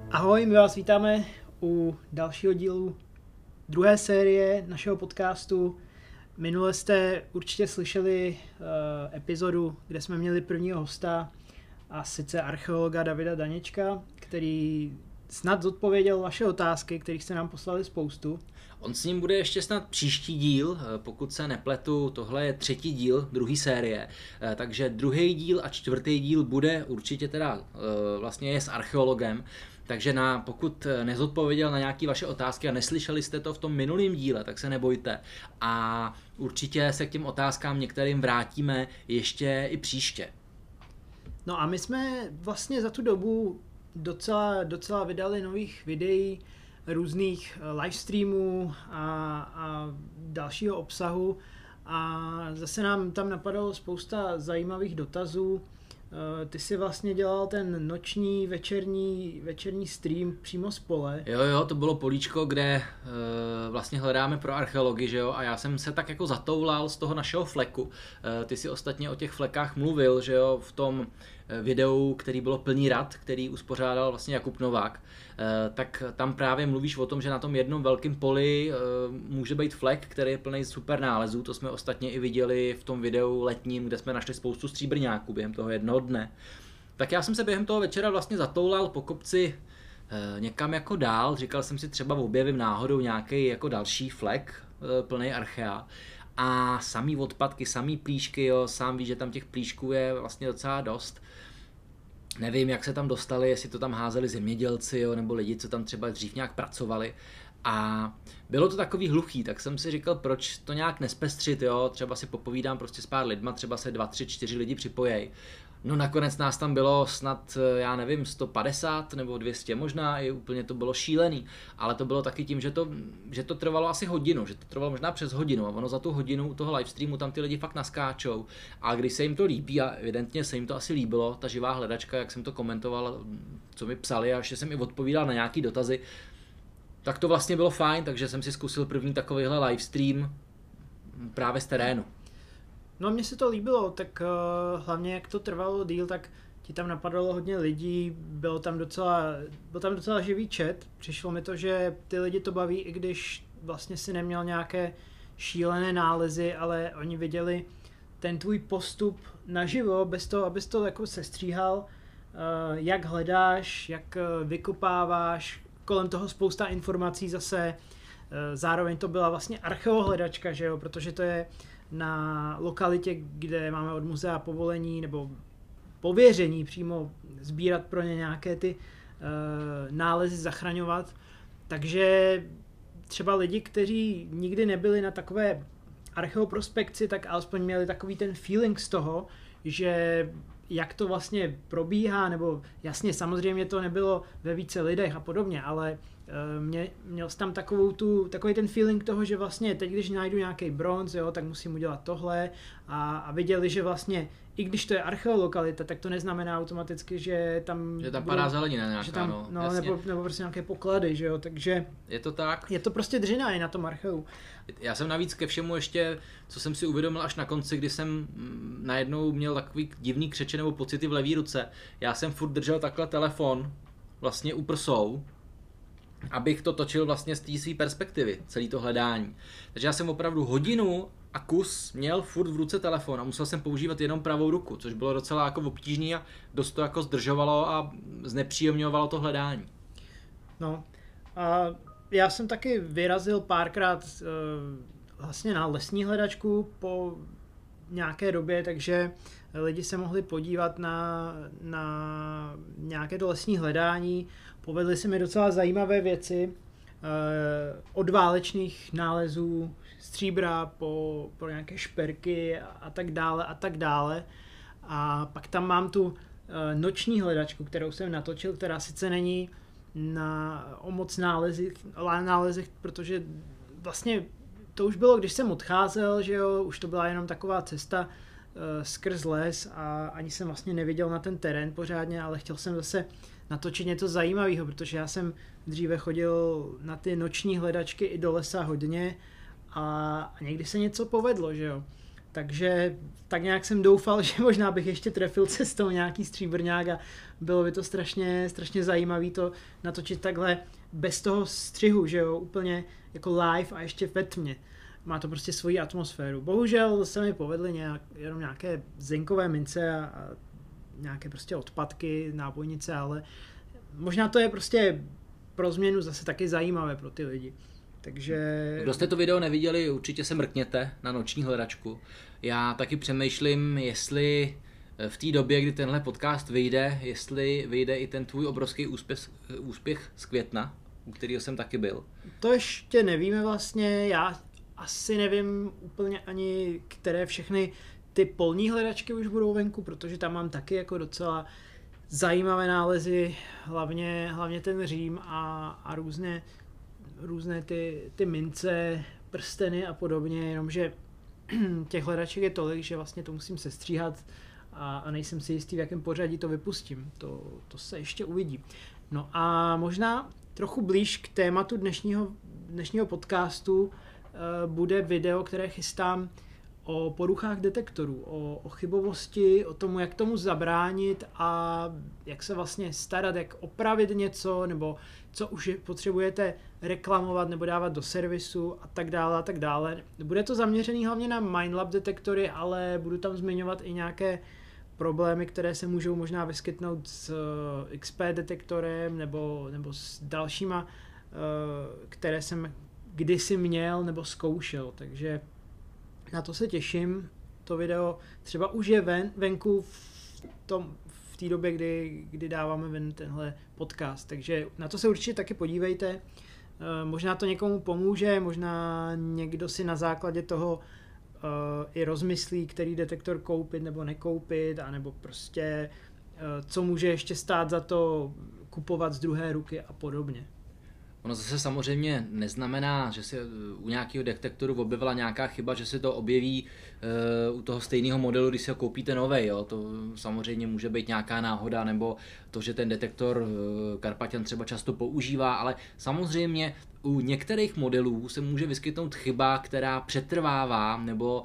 Ahoj, my vás vítáme u dalšího dílu druhé série našeho podcastu. Minule jste určitě slyšeli epizodu, kde jsme měli prvního hosta, a sice archeologa Davida Daněčka, který snad zodpověděl vaše otázky, kterých jste nám poslali spoustu. On s ním bude ještě snad příští díl, pokud se nepletu, tohle je třetí díl druhé série, takže druhý díl a čtvrtý díl bude určitě teda vlastně je s archeologem, takže pokud nezodpověděl na nějaké vaše otázky a neslyšeli jste to v tom minulém díle, tak se nebojte a určitě se k těm otázkám některým vrátíme ještě i příště. No a my jsme vlastně za tu dobu docela vydali nových videí, různých livestreamů a dalšího obsahu a zase nám tam napadalo spousta zajímavých dotazů. Ty si vlastně dělal ten noční, večerní stream přímo z pole. Jo, to bylo políčko, kde vlastně hledáme pro archeology, že jo, a já jsem se tak jako zatoulal z toho našeho fleku. Ty si ostatně o těch flekách mluvil, že jo, v tom videu, který bylo plný rad, který uspořádal vlastně Jakub Novák, tak tam právě mluvíš o tom, že na tom jednom velkém poli může být flek, který je plný super nálezů, to jsme ostatně i viděli v tom videu letním, kde jsme našli spoustu stříbrňáků během toho jednoho dne. Tak já jsem se během toho večera vlastně zatoulal po kopci někam jako dál, říkal jsem si třeba objevím náhodou nějaký jako další flek plný archea. A samý odpadky, samý plíšky, jo, sám víš, že tam těch plíšků je vlastně docela dost. Nevím, jak se tam dostali, jestli to tam házeli zemědělci, jo, nebo lidi, co tam třeba dřív nějak pracovali. A bylo to takový hluchý, tak jsem si říkal, proč to nějak nespestřit, jo, třeba si popovídám prostě s pár lidma, třeba se 2, 3, 4 lidi připojí. No nakonec nás tam bylo snad, já nevím, 150 nebo 200 možná, i úplně to bylo šílený, ale to bylo taky tím, že to trvalo asi hodinu, že to trvalo možná přes hodinu a ono za tu hodinu u toho livestreamu tam ty lidi fakt naskáčou a když se jim to líbí a evidentně se jim to asi líbilo, ta živá hledačka, jak jsem to komentoval, co mi psali a ještě jsem i odpovídal na nějaký dotazy, tak to vlastně bylo fajn, takže jsem si zkusil první takovýhle livestream právě z terénu. No mně se to líbilo, tak hlavně jak to trvalo díl, tak ti tam napadalo hodně lidí, byl tam docela živý chat, přišlo mi to, že ty lidi to baví, i když vlastně si neměl nějaké šílené nálezy, ale oni viděli ten tvůj postup naživo, bez toho, abys to jako sestříhal, jak hledáš, jak vykopáváš, kolem toho spousta informací zase, zároveň to byla vlastně archeohledačka, že jo, protože to je na lokalitě, kde máme od muzea povolení nebo pověření přímo sbírat pro ně nějaké ty nálezy, zachraňovat. Takže třeba lidi, kteří nikdy nebyli na takové archeoprospekci, tak alespoň měli takový ten feeling z toho, že jak to vlastně probíhá, nebo jasně, samozřejmě to nebylo ve více lidech a podobně, ale měl jsem tam takový ten feeling toho, že vlastně teď, když najdu nějaký bronz, jo, tak musím udělat tohle a viděli, že vlastně i když to je archeolokalita, tak to neznamená automaticky, že tam padá zelenina nějaká, že tam, nebo prostě nějaké poklady, že jo, takže je to tak. Je to prostě dřina i na tom archeu. Já jsem navíc ke všemu ještě, co jsem si uvědomil až na konci, kdy jsem najednou měl takový divný křeče nebo pocity v levé ruce. Já jsem furt držel takhle telefon vlastně u prsou, abych to točil vlastně z té své perspektivy, celý to hledání. Takže já jsem opravdu hodinu a kus měl furt v ruce telefon a musel jsem používat jenom pravou ruku, což bylo docela jako obtížný a dost to jako zdržovalo a znepříjemňovalo to hledání. No a já jsem taky vyrazil párkrát vlastně na lesní hledačku po nějaké době, takže lidi se mohli podívat na nějaké to lesní hledání. Povedly se mi docela zajímavé věci od válečných nálezů stříbra po nějaké šperky a tak dále a tak dále. A pak tam mám tu noční hledačku, kterou jsem natočil, která sice není o moc nálezech, protože vlastně to už bylo, když jsem odcházel, že jo, už to byla jenom taková cesta skrz les a ani jsem vlastně neviděl na ten terén pořádně, ale chtěl jsem zase natočit něco zajímavého, protože já jsem dříve chodil na ty noční hledačky i do lesa hodně a někdy se něco povedlo, že jo. Takže tak nějak jsem doufal, že možná bych ještě trefil cestou nějaký stříbrňák a bylo by to strašně zajímavé to natočit takhle bez toho střihu, že jo, úplně jako live a ještě ve tmě. Má to prostě svoji atmosféru. Bohužel se mi povedly jenom nějaké zinkové mince a nějaké prostě odpadky, nábojnice, ale možná to je prostě pro změnu zase taky zajímavé pro ty lidi. Takže... Kdo jste to video neviděli, určitě se mrkněte na Noční hledačku. Já taky přemýšlím, jestli v té době, kdy tenhle podcast vyjde, jestli vyjde i ten tvůj obrovský úspěch z května, u kterého jsem taky byl. To ještě nevíme vlastně, já asi nevím úplně ani, které všechny ty polní hledačky už budou venku, protože tam mám taky jako docela zajímavé nálezy, hlavně ten Řím a různé ty mince, prsteny a podobně, jenomže těch hledaček je tolik, že vlastně to musím sestříhat a nejsem si jistý, v jakém pořadí to vypustím. To se ještě uvidí. No a možná trochu blíž k tématu dnešního podcastu bude video, které chystám o poruchách detektorů, o chybovosti, o tom, jak tomu zabránit a jak se vlastně starat, jak opravit něco, nebo co už potřebujete reklamovat nebo dávat do servisu a tak dále a tak dále. Bude to zaměřený hlavně na Minelab detektory, ale budu tam zmiňovat i nějaké problémy, které se můžou možná vyskytnout s XP detektorem nebo s dalšíma, které jsem kdysi měl nebo zkoušel, takže na to se těším. To video třeba už je venku v té době, kdy dáváme ven tenhle podcast, takže na to se určitě taky podívejte. Možná to někomu pomůže, možná někdo si na základě toho i rozmyslí, který detektor koupit nebo nekoupit, anebo prostě co může ještě stát za to kupovat z druhé ruky a podobně. Ono zase samozřejmě neznamená, že se u nějakého detektoru objevila nějaká chyba, že se to objeví u toho stejného modelu, když si ho koupíte novej. Jo? To samozřejmě může být nějaká náhoda, nebo to, že ten detektor Karpatian třeba často používá, ale samozřejmě u některých modelů se může vyskytnout chyba, která přetrvává, nebo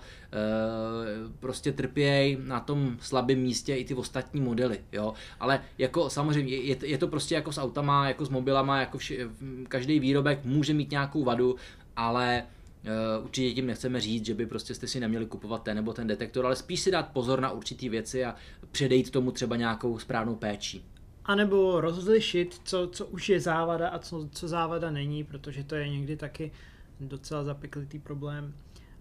prostě trpějí na tom slabém místě i ty ostatní modely. Jo? Ale jako samozřejmě je to prostě jako s autama, jako s mobilama, jako každý výrobek může mít nějakou vadu, ale určitě tím nechceme říct, že by prostě jste si neměli kupovat ten nebo ten detektor, ale spíš si dát pozor na určitý věci a předejít tomu třeba nějakou správnou péčí. A nebo rozlišit, co už je závada a co závada není, protože to je někdy taky docela zapeklitý problém.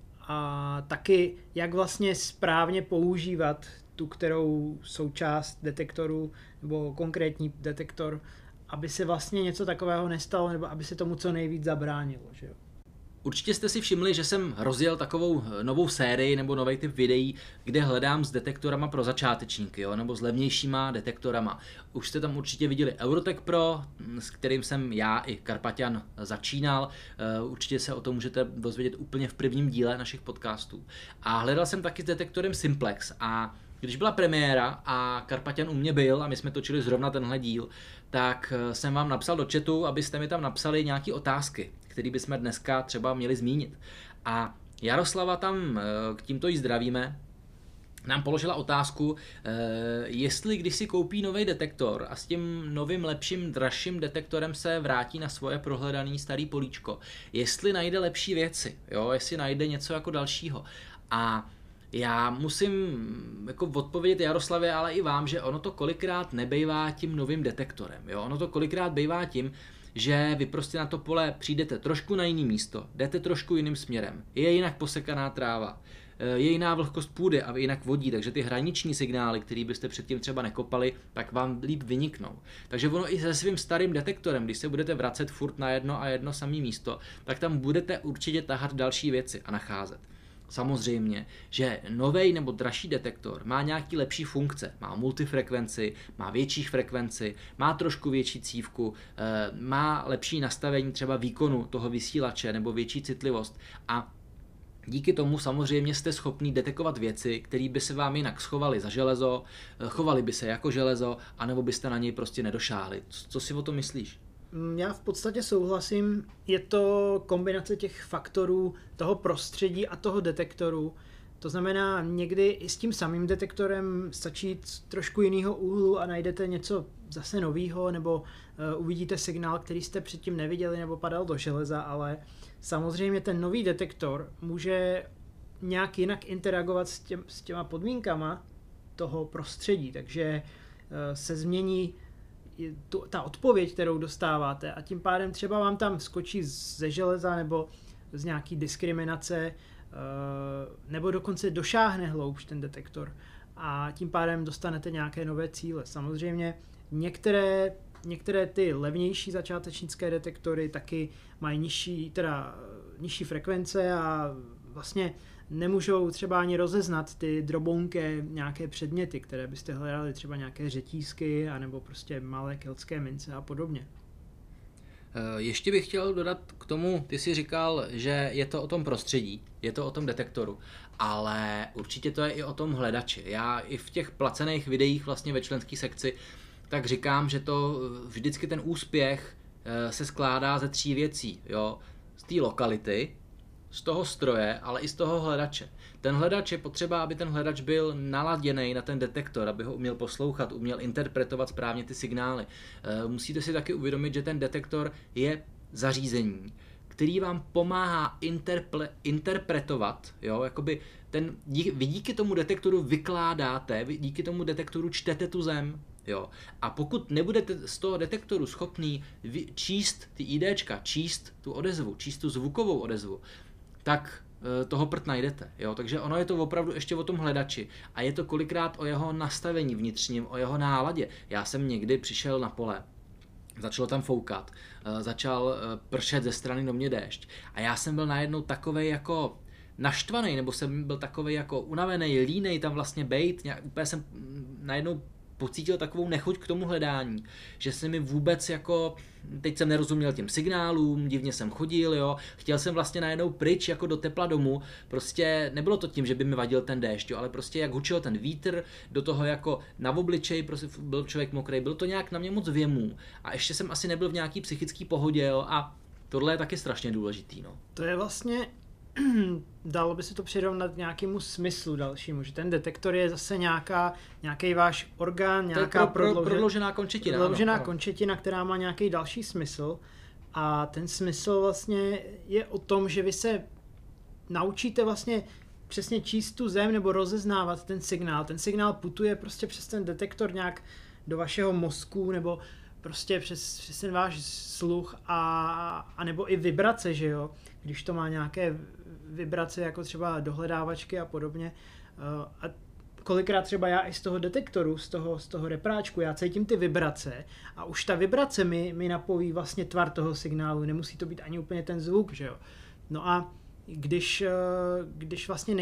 A taky, jak vlastně správně používat tu kterou součást detektoru nebo konkrétní detektor, aby se vlastně něco takového nestalo nebo aby se tomu co nejvíc zabránilo. Že jo? Určitě jste si všimli, že jsem rozjel takovou novou sérii nebo nový typ videí, kde hledám s detektorama pro začátečníky, jo, nebo s levnějšíma detektorama. Už jste tam určitě viděli Eurotech Pro, s kterým jsem já i Karpatian začínal. Určitě se o tom můžete dozvědět úplně v prvním díle našich podcastů. A hledal jsem taky s detektorem Simplex a když byla premiéra a Karpatian u mě byl a my jsme točili zrovna tenhle díl, tak jsem vám napsal do chatu, abyste mi tam napsali nějaké otázky, které bychom dneska třeba měli zmínit. A Jaroslava tam, k tímto jí zdravíme, nám položila otázku, jestli když si koupí nový detektor a s tím novým, lepším, dražším detektorem se vrátí na svoje prohledané starý políčko, jestli najde lepší věci, jo? Jestli najde něco jako dalšího. A já musím jako odpovědět Jaroslavě, ale i vám, že ono to kolikrát nebejvá tím novým detektorem. Jo? Ono to kolikrát bejvá tím, že vy prostě na to pole přijdete trošku na jiný místo, jdete trošku jiným směrem, je jinak posekaná tráva, je jiná vlhkost půdy a jinak vodí, takže ty hraniční signály, které byste předtím třeba nekopali, tak vám líp vyniknou. Takže ono i se svým starým detektorem, když se budete vracet furt na jedno a jedno samé místo, tak tam budete určitě tahat další věci a nacházet. Samozřejmě, že novej nebo dražší detektor má nějaký lepší funkce, má multifrekvenci, má větší frekvenci, má trošku větší cívku, má lepší nastavení třeba výkonu toho vysílače nebo větší citlivost a díky tomu samozřejmě jste schopni detekovat věci, které by se vám jinak schovaly za železo, chovaly by se jako železo, anebo byste na něj prostě nedošáhli. Co si o tom myslíš? Já v podstatě souhlasím, je to kombinace těch faktorů, toho prostředí a toho detektoru. To znamená, někdy i s tím samým detektorem stačí jít z trošku jiného úhlu a najdete něco zase novýho, nebo uvidíte signál, který jste předtím neviděli, nebo padal do železa, ale samozřejmě ten nový detektor může nějak jinak interagovat s těma podmínkama toho prostředí, takže se změní ta odpověď, kterou dostáváte, a tím pádem třeba vám tam skočí ze železa nebo z nějaký diskriminace, nebo dokonce došáhne hloubš ten detektor a tím pádem dostanete nějaké nové cíle. Samozřejmě některé ty levnější začátečnické detektory taky mají nižší frekvence a vlastně nemůžou třeba ani rozeznat ty drobonké nějaké předměty, které byste hledali, třeba nějaké řetízky anebo prostě malé keltské mince a podobně. Ještě bych chtěl dodat k tomu, ty jsi říkal, že je to o tom prostředí, je to o tom detektoru, ale určitě to je i o tom hledači. Já i v těch placených videích vlastně ve členské sekci tak říkám, že to vždycky ten úspěch se skládá ze 3 věcí. Jo? Z té lokality, z toho stroje, ale i z toho hledače. Ten hledač je potřeba, aby ten hledač byl naladěný na ten detektor, aby ho uměl poslouchat, uměl interpretovat správně ty signály. Musíte si taky uvědomit, že ten detektor je zařízení, který vám pomáhá interpretovat, jo, jakoby vy díky tomu detektoru vykládáte, vy díky tomu detektoru čtete tu zem, jo. A pokud nebudete z toho detektoru schopný číst ty IDčka, číst tu odezvu, číst tu zvukovou odezvu, tak toho prd najdete, jo. Takže ono je to opravdu ještě o tom hledači a je to kolikrát o jeho nastavení vnitřním, o jeho náladě. Já jsem někdy přišel na pole, začalo tam foukat, začal pršet ze strany do mě déšť a já jsem byl najednou takovej jako naštvaný, nebo jsem byl takovej jako unavený, línej tam vlastně bejt, úplně jsem najednou pocítil takovou nechuť k tomu hledání, že se mi vůbec jako, teď jsem nerozuměl těm signálům, divně jsem chodil, jo, chtěl jsem vlastně najednou pryč jako do tepla domu, prostě nebylo to tím, že by mi vadil ten déšť, jo, ale prostě jak hučil ten vítr, do toho jako na obličej, prostě byl člověk mokrý, bylo to nějak na mě moc věmů a ještě jsem asi nebyl v nějaký psychický pohodě, jo, a tohle je taky strašně důležitý, no. To je vlastně, dalo by se to přirovnat nějakému smyslu dalšímu, že ten detektor je zase nějaký váš orgán, nějaká prodloužená končetina. Prodloužená končetina, která má nějaký další smysl a ten smysl vlastně je o tom, že vy se naučíte vlastně přesně číst tu zem nebo rozeznávat ten signál. Ten signál putuje prostě přes ten detektor nějak do vašeho mozku nebo prostě přes ten váš sluch a nebo i vibrace, že jo, když to má nějaké vibrace jako třeba dohledávačky a podobně. A kolikrát třeba já i z toho detektoru, z toho repráčku, já cítím ty vibrace a už ta vibrace mi napoví vlastně tvar toho signálu, nemusí to být ani úplně ten zvuk, že jo. No a když vlastně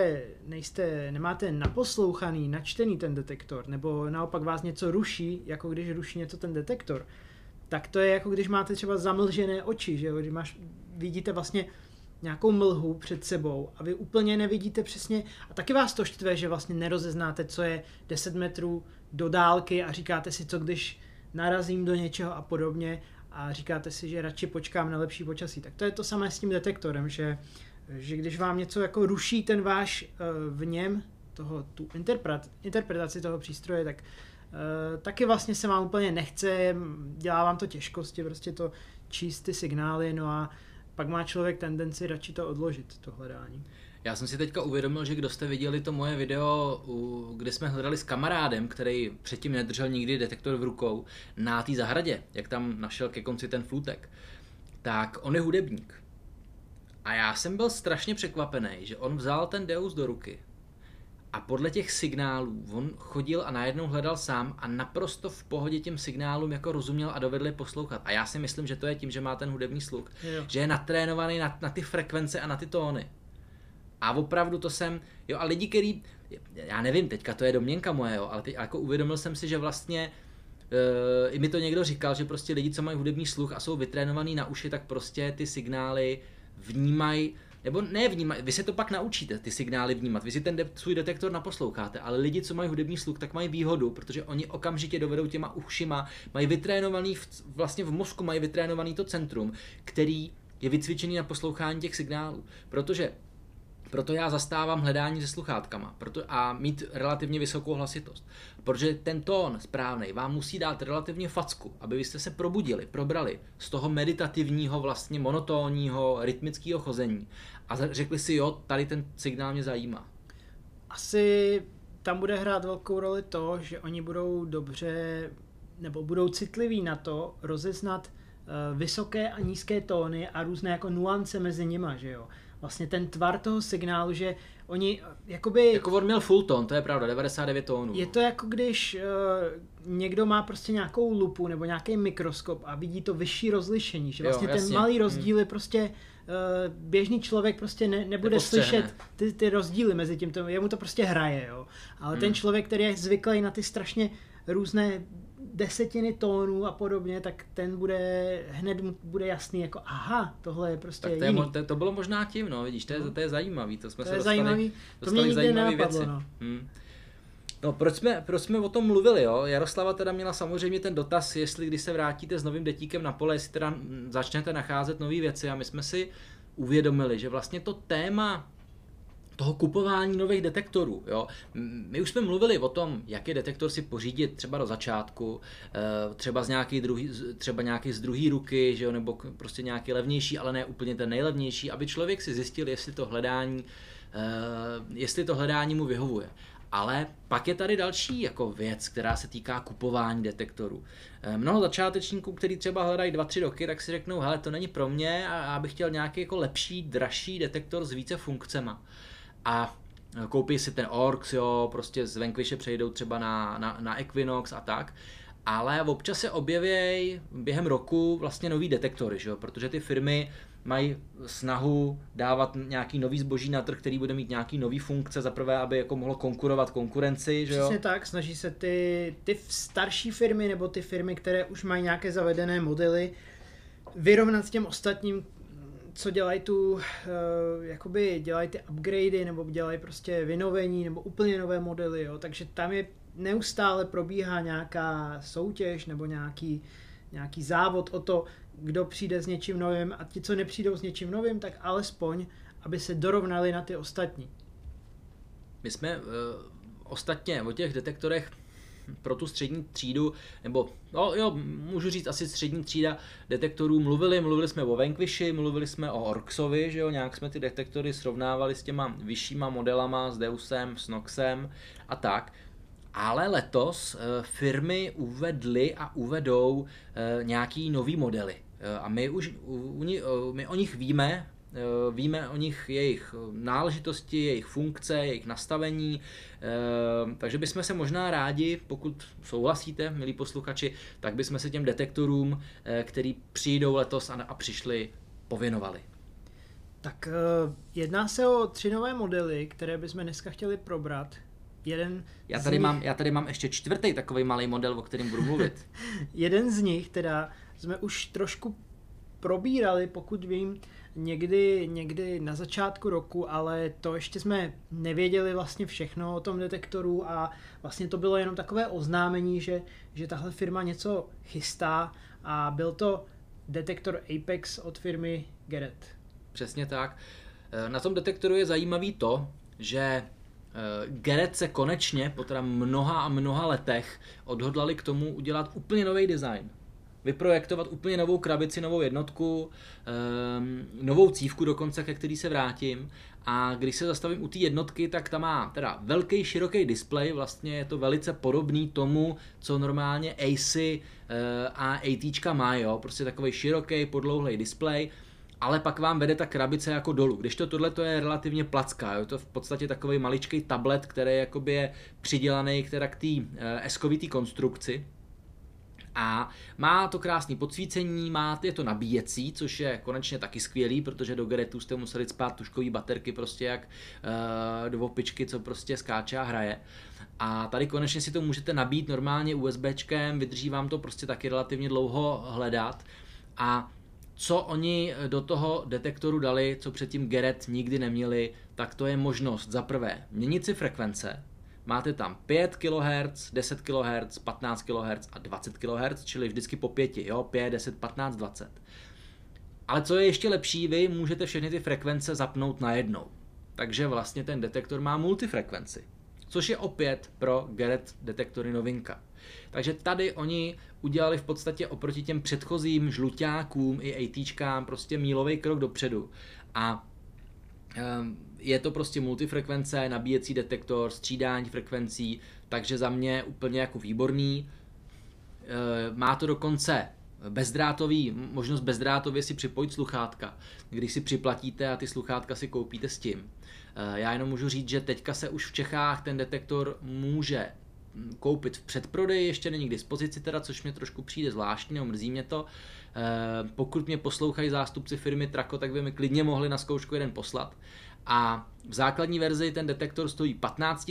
nemáte naposlouchaný, načtený ten detektor, nebo naopak vás něco ruší, jako když ruší něco ten detektor, tak to je jako když máte třeba zamlžené oči, že jo, když vidíte vlastně nějakou mlhu před sebou a vy úplně nevidíte přesně a taky vás to štve, že vlastně nerozeznáte, co je 10 metrů do dálky a říkáte si, co když narazím do něčeho a podobně a říkáte si, že radši počkám na lepší počasí. Tak to je to samé s tím detektorem, že když vám něco jako ruší ten váš v něm, tu interpretaci toho přístroje, tak taky vlastně se vám úplně nechce, dělá vám to těžkosti, prostě to číst ty signály, no a pak má člověk tendenci radši to odložit, to hledání. Já jsem si teďka uvědomil, že kdo jste viděli to moje video, kde jsme hledali s kamarádem, který předtím nedržel nikdy detektor v rukou, na té zahradě, jak tam našel ke konci ten flutek, tak on je hudebník. A já jsem byl strašně překvapený, že on vzal ten Deus do ruky a podle těch signálů on chodil a najednou hledal sám a naprosto v pohodě těm signálům jako rozuměl a dovedl je poslouchat. A já si myslím, že to je tím, že má ten hudební sluch, že je natrénovaný na ty frekvence a na ty tóny. A opravdu to jsem, jo, a lidi, který, já nevím, teďka to je domněnka moje, jo, ale teď jako uvědomil jsem si, že vlastně i mi to někdo říkal, že prostě lidi, co mají hudební sluch a jsou vytrénovaný na uši, tak prostě ty signály vnímají, nebo ne vnímají, vy se to pak naučíte ty signály vnímat, vy si ten svůj detektor naposloucháte, ale lidi, co mají hudební sluch, tak mají výhodu, protože oni okamžitě dovedou těma ušima, mají vytrénovaný, vlastně v mozku mají vytrénovaný to centrum, který je vycvičený na poslouchání těch signálů, protože Proto já zastávám hledání se sluchátkama a mít relativně vysokou hlasitost. Protože ten tón správný vám musí dát relativně facku, aby vy jste se probudili, probrali z toho meditativního, vlastně monotónního, rytmického chození a řekli si, jo, tady ten signál mě zajímá. Asi tam bude hrát velkou roli to, že oni budou dobře, nebo budou citliví na to rozeznat vysoké a nízké tóny a různé jako nuance mezi nima, že jo. Vlastně ten tvar toho signálu, že oni jakoby... Jako on měl full tón, to je pravda, 99 tónů. Je to jako když někdo má prostě nějakou lupu nebo nějaký mikroskop a vidí to vyšší rozlišení, že vlastně ten malý rozdíly prostě běžný člověk prostě nebude slyšet ty rozdíly mezi tím, jemu to prostě hraje, jo. Ale ten člověk, který je zvyklý na ty strašně různé desetiny tónů a podobně, tak ten bude jasný jako aha, tohle je prostě jiný. To bylo možná tím, no, vidíš, to je zajímavý, to jsme se dostali to mě nikdy nenapadlo, no. No, proč jsme o tom mluvili, jo? Jaroslava teda měla samozřejmě ten dotaz, jestli když se vrátíte s novým detíkem na pole, jestli teda začnete nacházet nové věci a my jsme si uvědomili, že vlastně to téma toho kupování nových detektorů, jo. My už jsme mluvili o tom, jaký detektor si pořídit třeba do začátku, třeba nějaký z druhé ruky, že jo, nebo prostě nějaký levnější, ale ne úplně ten nejlevnější, aby člověk si zjistil, jestli to hledání mu vyhovuje. Ale pak je tady další jako věc, která se týká kupování detektorů. Mnoho začátečníků, kteří třeba hledají 2-3 roky, tak si řeknou, hele, to není pro mě a já bych chtěl nějaký jako lepší, dražší detektor s více funkcema. A koupí si ten Orx, jo, prostě z Vanquishe přejdou třeba na Equinox a tak. Ale občas se objeví během roku vlastně nový detektory, že jo, protože ty firmy mají snahu dávat nějaký nový zboží na trh, který bude mít nějaký nový funkce, zaprvé, aby jako mohlo konkurovat konkurenci, že jo? Přesně tak, snaží se ty starší firmy nebo ty firmy, které už mají nějaké zavedené modely, vyrovnat s těm ostatním, co dělají dělají ty upgradey nebo dělají prostě vynovení nebo úplně nové modely, jo? Takže tam je neustále probíhá nějaká soutěž nebo nějaký závod o to, kdo přijde s něčím novým a ti, co nepřijdou s něčím novým, tak alespoň, aby se dorovnali na ty ostatní. My jsme ostatně o těch detektorech pro tu střední třídu, nebo můžu říct asi střední třída detektorů, mluvili jsme o Vanquishi, mluvili jsme o Orxovi, že jo, nějak jsme ty detektory srovnávali s těma vyššíma modelama, s Deusem, s Noxem a tak. Ale letos firmy uvedly a uvedou nějaký nový modely. A my o nich víme o nich jejich náležitosti, jejich funkce, jejich nastavení, takže bychom se možná rádi, pokud souhlasíte, milí posluchači, tak bychom se těm detektorům, který přijdou letos a přišli, pověnovali. Tak jedná se o 3 nové modely, které bychom dneska chtěli probrat. Já tady mám ještě 4. takový malý model, o kterém budu mluvit. Jeden z nich teda jsme už trošku probírali, pokud vím, někdy na začátku roku, ale to ještě jsme nevěděli vlastně všechno o tom detektoru a vlastně to bylo jenom takové oznámení, že tahle firma něco chystá a byl to detektor Apex od firmy Garrett. Přesně tak. Na tom detektoru je zajímavý to, že Garrett se konečně po teda mnoha a mnoha letech odhodlali k tomu udělat úplně nový design. Vyprojektovat úplně novou krabici, novou jednotku, novou cívku dokonce, ke který se vrátím. A když se zastavím u té jednotky, tak ta má teda velký, široký displej, vlastně je to velice podobný tomu, co normálně ACey a ATčka má, jo? Prostě takový široký, podlouhlej displej, ale pak vám vede ta krabice jako dolů. Když tohle je relativně placká, jo? Je to v podstatě takový maličký tablet, který jakoby je přidělaný k té eskovitý konstrukci. A má to krásné podsvícení, je to nabíjecí, což je konečně taky skvělý, protože do Garrettu jste museli spát tužkový baterky prostě jak do opičky, co prostě skáče a hraje. A tady konečně si to můžete nabít normálně USBčkem, vydrží vám to prostě taky relativně dlouho hledat. A co oni do toho detektoru dali, co předtím Garrett nikdy neměli, tak to je možnost za prvé měnit si frekvence. Máte tam 5 kHz, 10 kHz, 15 kHz a 20 kHz, čili vždycky po 5, jo? 5, 10, 15, 20. Ale co je ještě lepší, vy můžete všechny ty frekvence zapnout najednou. takže vlastně ten detektor má multifrekvenci, což je opět pro Garrett detektory novinka. Takže tady oni udělali v podstatě oproti těm předchozím žluťákům i ATčkám prostě mílový krok dopředu. A je to prostě multifrekvence, nabíjecí detektor, střídání frekvencí, takže za mě úplně jako výborný. Má to dokonce možnost bezdrátově si připojit sluchátka, když si připlatíte a ty sluchátka si koupíte s tím. Já jenom můžu říct, že teďka se už v Čechách ten detektor může koupit v předprodeji, ještě není k dispozici teda, což mě trošku přijde zvláštní, nebo mrzí mě to. Pokud mě poslouchají zástupci firmy Traco, tak by mi klidně mohli na zkoušku jeden poslat. A v základní verzi ten detektor stojí 15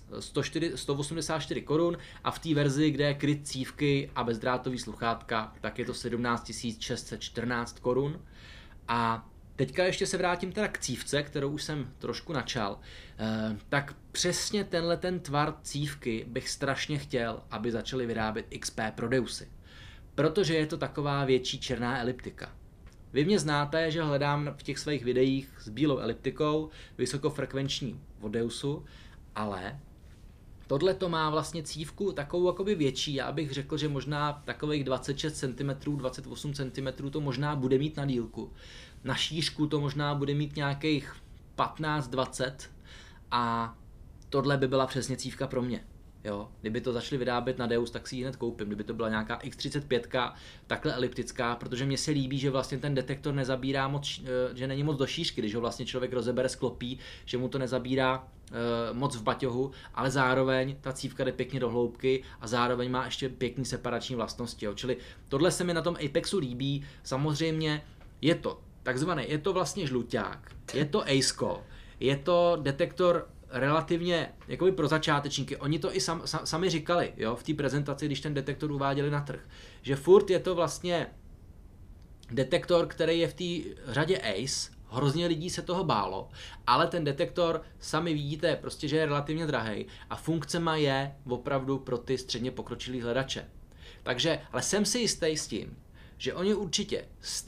184 korun a v té verzi, kde je kryt cívky a bezdrátový sluchátka, tak je to 17 614 korun. A teďka ještě se vrátím teda k cívce, kterou už jsem trošku načal. Tak přesně tenhle ten tvar cívky bych strašně chtěl, aby začali vyrábět XP Prodeusy. Protože je to taková větší černá eliptika. Vy mě znáte, že hledám v těch svých videích s bílou eliptikou vysokofrekvenční Vodeusu, ale tohle to má vlastně cívku takovou jakoby větší, já bych řekl, že možná takových 26 cm, 28 cm to možná bude mít na dílku. Na šířku to možná bude mít nějakých 15-20 a tohle by byla přesně cívka pro mě. Jo, kdyby to začali vyrábět na Deus, tak si ji hned koupím. Kdyby to byla nějaká X35, takhle eliptická, protože mně se líbí, že vlastně ten detektor nezabírá moc, že není moc do šířky, když ho vlastně člověk rozebere, sklopí, že mu to nezabírá moc v baťohu, ale zároveň ta cívka jde pěkně do hloubky a zároveň má ještě pěkný separační vlastnosti. Jo. Čili tohle se mi na tom Apexu líbí. Samozřejmě je to vlastně žluťák, je to ACE, je to detektor relativně jakoby pro začátečníky. Oni to i sami říkali, jo, v té prezentaci, když ten detektor uváděli na trh, že furt je to vlastně detektor, který je v té řadě ACE, hrozně lidí se toho bálo, ale ten detektor sami vidíte, prostě, že je relativně drahej a funkcema je opravdu pro ty středně pokročilý hledače. Takže, ale jsem si jistý s tím, že oni určitě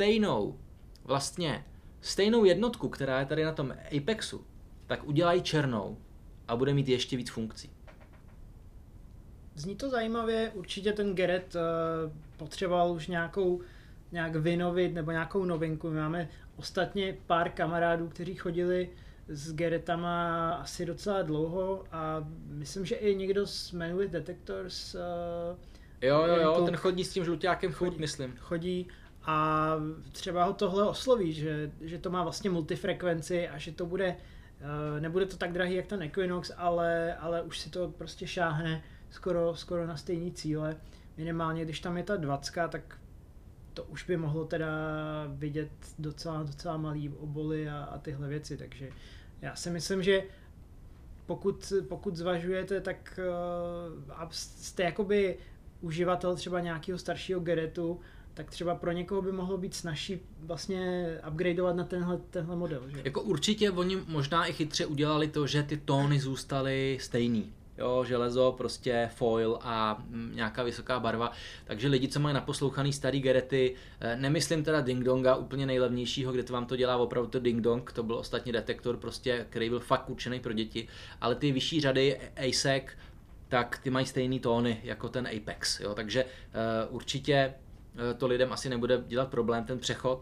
stejnou jednotku, která je tady na tom Apexu, tak udělají černou a bude mít ještě víc funkcí. Zní to zajímavě, určitě ten Garrett potřeboval už nějak vynovit nebo nějakou novinku. My máme ostatně pár kamarádů, kteří chodili s Garrettama asi docela dlouho a myslím, že i někdo z Manwith Detectors Jo, ten chodí s tím žluťákem myslím. Chodí a třeba ho tohle osloví, že to má vlastně multifrekvenci a že to bude nebude to tak drahý jak ten Equinox, ale už si to prostě šáhne skoro na stejný cíle. Minimálně, když tam je ta 20, tak to už by mohlo teda vidět docela malý oboly a tyhle věci, takže já si myslím, že pokud zvažujete, tak a jste jakoby uživatel třeba nějakého staršího Garrettu, tak třeba pro někoho by mohlo být snazší vlastně upgradeovat na tenhle model. Že? Jako určitě oni možná i chytře udělali to, že ty tóny zůstaly stejný. Jo, železo, prostě foil a nějaká vysoká barva. Takže lidi, co mají naposlouchaný starý Garretty, nemyslím teda Ding Donga úplně nejlevnějšího, kde to vám to dělá opravdu to Ding Dong, to byl ostatní detektor, prostě, který byl fakt určený pro děti, ale ty vyšší řady ASEC, tak ty mají stejný tóny jako ten Apex. Jo, takže určitě to lidem asi nebude dělat problém ten přechod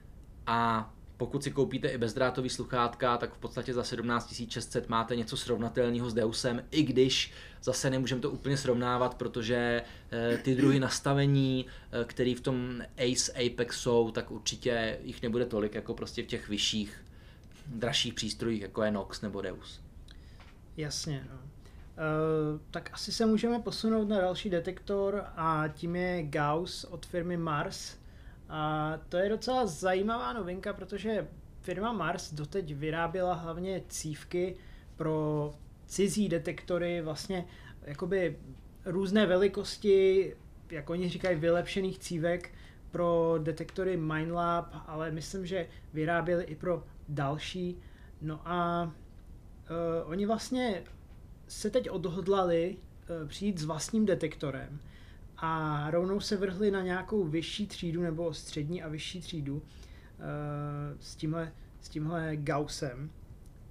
a pokud si koupíte i bezdrátový sluchátka, tak v podstatě za 17 600 máte něco srovnatelného s Deusem, i když zase nemůžeme to úplně srovnávat, protože ty druhy nastavení, které v tom Ace Apex jsou, tak určitě jich nebude tolik, jako prostě v těch vyšších, dražších přístrojích, jako je Nox nebo Deus. Jasně, no. Tak asi se můžeme posunout na další detektor a tím je Gauss od firmy Mars. A to je docela zajímavá novinka, protože firma Mars doteď vyráběla hlavně cívky pro cizí detektory, vlastně jakoby různé velikosti, jak oni říkají, vylepšených cívek pro detektory Minelab, ale myslím, že vyráběli i pro další. No a oni vlastně se teď odhodlali přijít s vlastním detektorem a rovnou se vrhli na nějakou vyšší třídu nebo střední a vyšší třídu s tímhle Gaussem.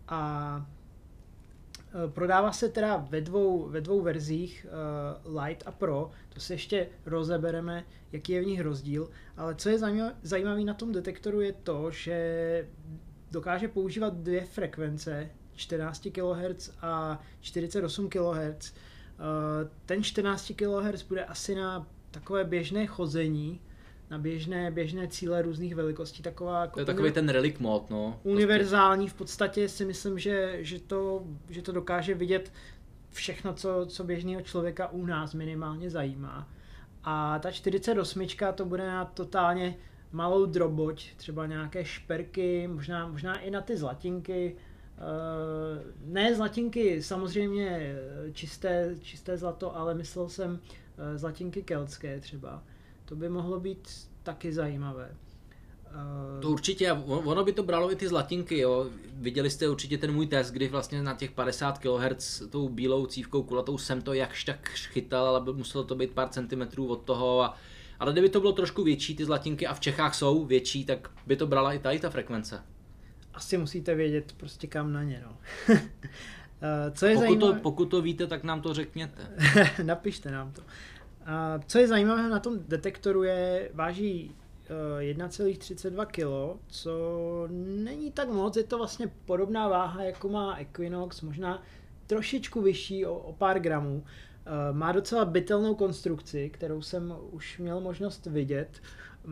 A prodává se teda ve dvou verzích, Light a Pro, to se ještě rozebereme, jaký je v nich rozdíl, ale co je zajímavé na tom detektoru je to, že dokáže používat dvě frekvence, 14 kHz a 48 kHz. Ten 14 kHz bude asi na takové běžné chození, na běžné cíle různých velikostí. To je takový ten relic mode, no. Univerzální, v podstatě si myslím, že to dokáže vidět všechno, co běžného člověka u nás minimálně zajímá. A ta 48 to bude na totálně malou droboť, třeba nějaké šperky, možná i na ty zlatinky. Ne zlatinky, samozřejmě čisté zlato, ale myslel jsem zlatinky keltské třeba. To by mohlo být taky zajímavé. To určitě, ono by to bralo i ty zlatinky, jo. Viděli jste určitě ten můj test, kdy vlastně na těch 50 kHz tou bílou cívkou kulatou jsem to jakž tak chytal, ale muselo to být pár centimetrů od toho. Ale kdyby to bylo trošku větší, ty zlatinky, a v Čechách jsou větší, tak by to brala i tady ta frekvence. Asi musíte vědět prostě kam na ně, no. Pokud to víte, tak nám to řekněte. Napište nám to. Co je zajímavé na tom detektoru váží 1,32 kg, co není tak moc, je to vlastně podobná váha, jako má Equinox, možná trošičku vyšší o pár gramů. Má docela bytelnou konstrukci, kterou jsem už měl možnost vidět.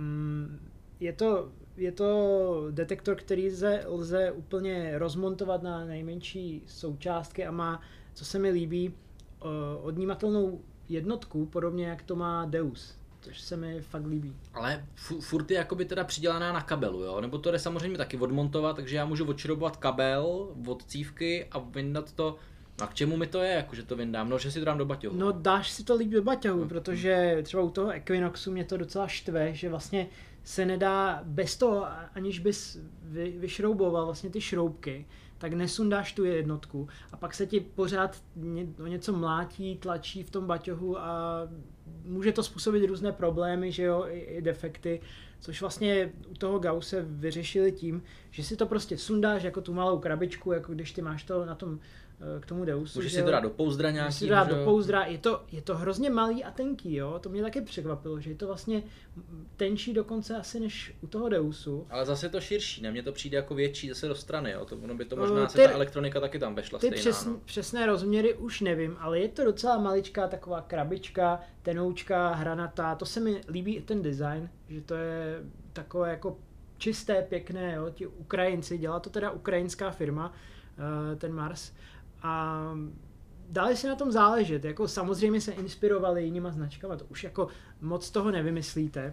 Je to detektor, který lze úplně rozmontovat na nejmenší součástky a má, co se mi líbí, odnímatelnou jednotku, podobně jak to má Deus, což se mi fakt líbí. Ale furt je jakoby teda přidělaná na kabelu, jo? Nebo to jde samozřejmě taky odmontovat, takže já můžu odšroubovat kabel od cívky a vyndat to. A k čemu mi to je, jakože to vyndám? No, že si to dám do baťohu. No, dáš si to líp do baťohu, protože třeba u toho Equinoxu mě to docela štve, že vlastně se nedá bez toho, aniž bys vyšrouboval vlastně ty šroubky, tak nesundáš tu jednotku a pak se ti pořád něco mlátí, tlačí v tom baťohu a může to způsobit různé problémy, že jo, i defekty, což vlastně u toho Gausse vyřešili tím, že si to prostě sundáš jako tu malou krabičku, jako když ty máš to na tom k tomu Deusu. Můžeš si to dát do pouzdra nějaký. Můžeš si to dát do pouzdra, je to hrozně malý a tenký, jo, to mě taky překvapilo, že je to vlastně tenčí dokonce asi než u toho Deusu. Ale zase je to širší, ne? Mně to přijde jako větší zase do strany, jo, ono by to možná ta elektronika taky tam vešla stejná. Přesné rozměry už nevím, ale je to docela maličká taková krabička, tenoučka, hranatá, to se mi líbí i ten design, že to je takové jako čisté, pěkné, jo, ti Ukrajinci, dělá to teda ukrajinská firma, ten Mars. A dali si na tom záležet, jako samozřejmě se inspirovali jinýma značkama, to už jako moc toho nevymyslíte.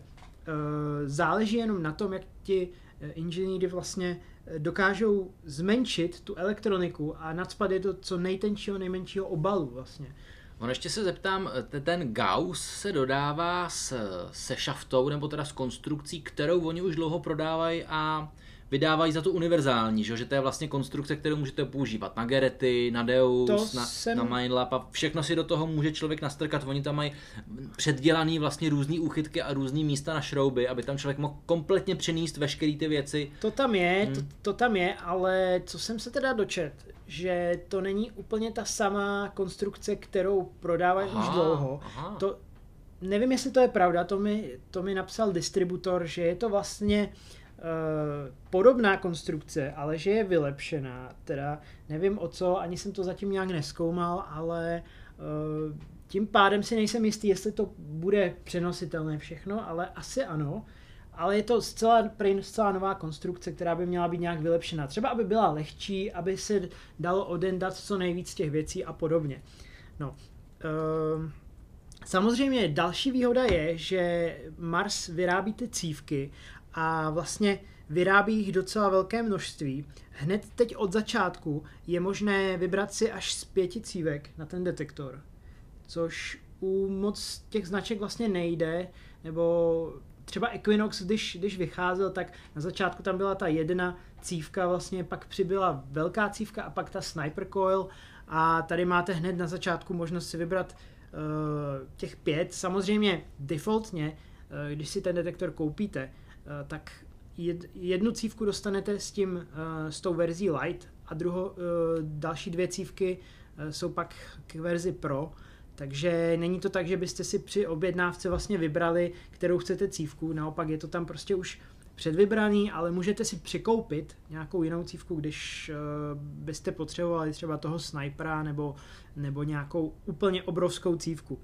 Záleží jenom na tom, jak ti inženýři vlastně dokážou zmenšit tu elektroniku a nacpat je do co nejmenšího obalu vlastně. On ještě se zeptám, ten Gauss se dodává se šaftou, nebo teda s konstrukcí, kterou oni už dlouho prodávají a vydávají za tu univerzální, že to je vlastně konstrukce, kterou můžete používat na Gerety, na Deus, na Mindlab a všechno si do toho může člověk nastrkat. Oni tam mají předdělaný vlastně různý úchytky a různý místa na šrouby, aby tam člověk mohl kompletně přenést veškeré ty věci. To tam je, ale co jsem se teda dočet, že to není úplně ta samá konstrukce, kterou prodávají už dlouho. To, nevím, jestli to je pravda, to mi napsal distributor, že je to vlastně podobná konstrukce, ale že je vylepšená, teda nevím o co, ani jsem to zatím nějak nezkoumal, ale tím pádem si nejsem jistý, jestli to bude přenositelné všechno, ale asi ano, ale je to zcela nová konstrukce, která by měla být nějak vylepšená, třeba aby byla lehčí, aby se dalo odendat co nejvíc těch věcí a podobně. No, samozřejmě další výhoda je, že Mars vyrábí ty cívky a vlastně vyrábí jich docela velké množství. Hned teď od začátku je možné vybrat si až z 5 cívek na ten detektor, což u moc těch značek vlastně nejde, nebo třeba Equinox, když vycházel, tak na začátku tam byla ta jedna cívka, vlastně pak přibyla velká cívka a pak ta Sniper Coil a tady máte hned na začátku možnost si vybrat těch 5. Samozřejmě defaultně, když si ten detektor koupíte, tak jednu cívku dostanete s tou verzí Light a další 2 cívky jsou pak k verzi Pro, takže není to tak, že byste si při objednávce vlastně vybrali, kterou chcete cívku, naopak je to tam prostě už předvybraný, ale můžete si přikoupit nějakou jinou cívku, když byste potřebovali třeba toho snipera nebo nějakou úplně obrovskou cívku.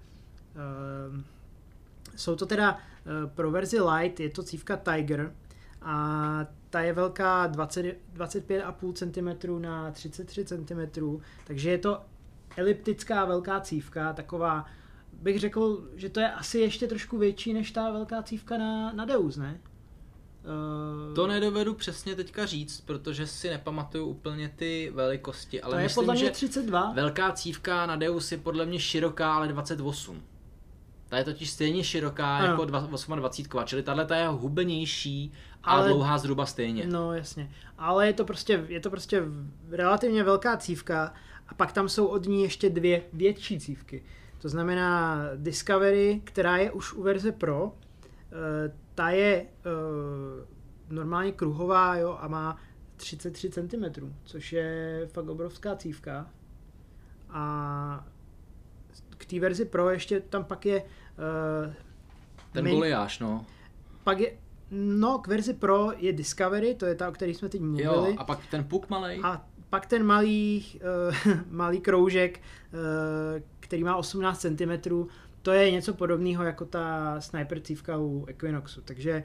Jsou to teda pro verzi Lite, je to cívka Tiger a ta je velká 25,5 cm na 33 cm, takže je to eliptická velká cívka, taková, bych řekl, že to je asi ještě trošku větší než ta velká cívka na Deus, ne? To nedovedu přesně teďka říct, protože si nepamatuju úplně ty velikosti, ale to je myslím, podle mě že 32. Velká cívka na Deus je podle mě široká, ale 28. Ta je totiž stejně široká jako 28, čili tahle je hubenější a dlouhá zhruba stejně. No jasně, ale je to prostě relativně velká cívka a pak tam jsou od ní ještě 2 větší cívky. To znamená Discovery, která je už u verze Pro, ta je normálně kruhová, jo, a má 33 cm, což je fakt obrovská cívka. A k té verzi Pro ještě tam pak je ten Goliáš, no. Pak je, k verzi Pro je Discovery, to je ta, o které jsme teď mluvili. Jo, a pak ten Puk malej. A pak ten malý kroužek, který má 18 cm, to je něco podobného jako ta sniper cívka u Equinoxu, takže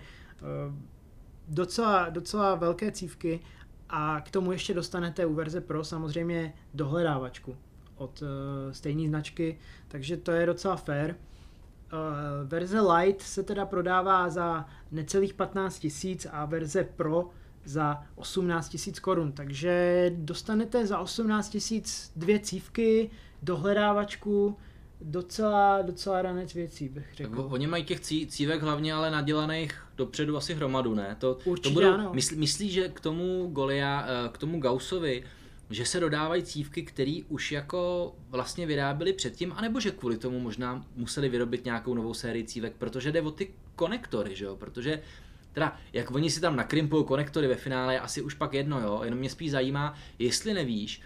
docela velké cívky a k tomu ještě dostanete u verze Pro samozřejmě dohledávačku od stejné značky, takže to je docela fair. Verze Lite se teda prodává za necelých 15 000 a verze Pro za 18 000 korun, takže dostanete za 18 000 2 cívky, dohledávačku, docela ranec věcí, bych řekl. Oni mají těch cívek hlavně ale nadělaných dopředu asi hromadu, ne? Určitě ano. Myslíš, že k tomu Gaussovi, že se dodávají cívky, které už jako vlastně vyráběli předtím, anebo že kvůli tomu možná museli vyrobit nějakou novou sérii cívek, protože jde o ty konektory, že jo? Protože teda, jak oni si tam nakrimpujou konektory ve finále, je asi už pak jedno, jo? Jenom mě spíš zajímá, jestli nevíš,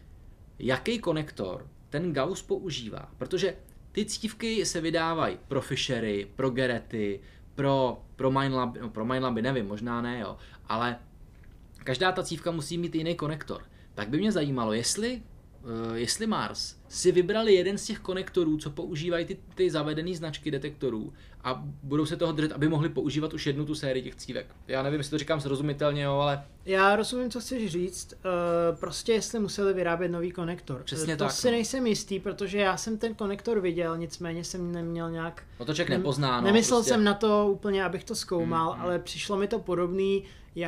jaký konektor ten Gauss používá, protože ty cívky se vydávají pro Fishery, pro Gerety, pro Minelaby, nevím, možná ne, jo, ale každá ta cívka musí mít jiný konektor. Tak by mě zajímalo, jestli Mars si vybrali jeden z těch konektorů, co používají ty zavedené značky detektorů a budou se toho držet, aby mohli používat už jednu tu sérii těch cívek. Já nevím, jestli to říkám srozumitelně, jo, ale... Já rozumím, co chceš říct. Prostě jestli museli vyrábět nový konektor. Přesně to tak. si nejsem jistý, protože já jsem ten konektor viděl, nicméně jsem neměl nějak... No to člověk nepozná, no. Nemyslel jsem na to úplně, abych to zkoumal, ale přišlo mi to podobný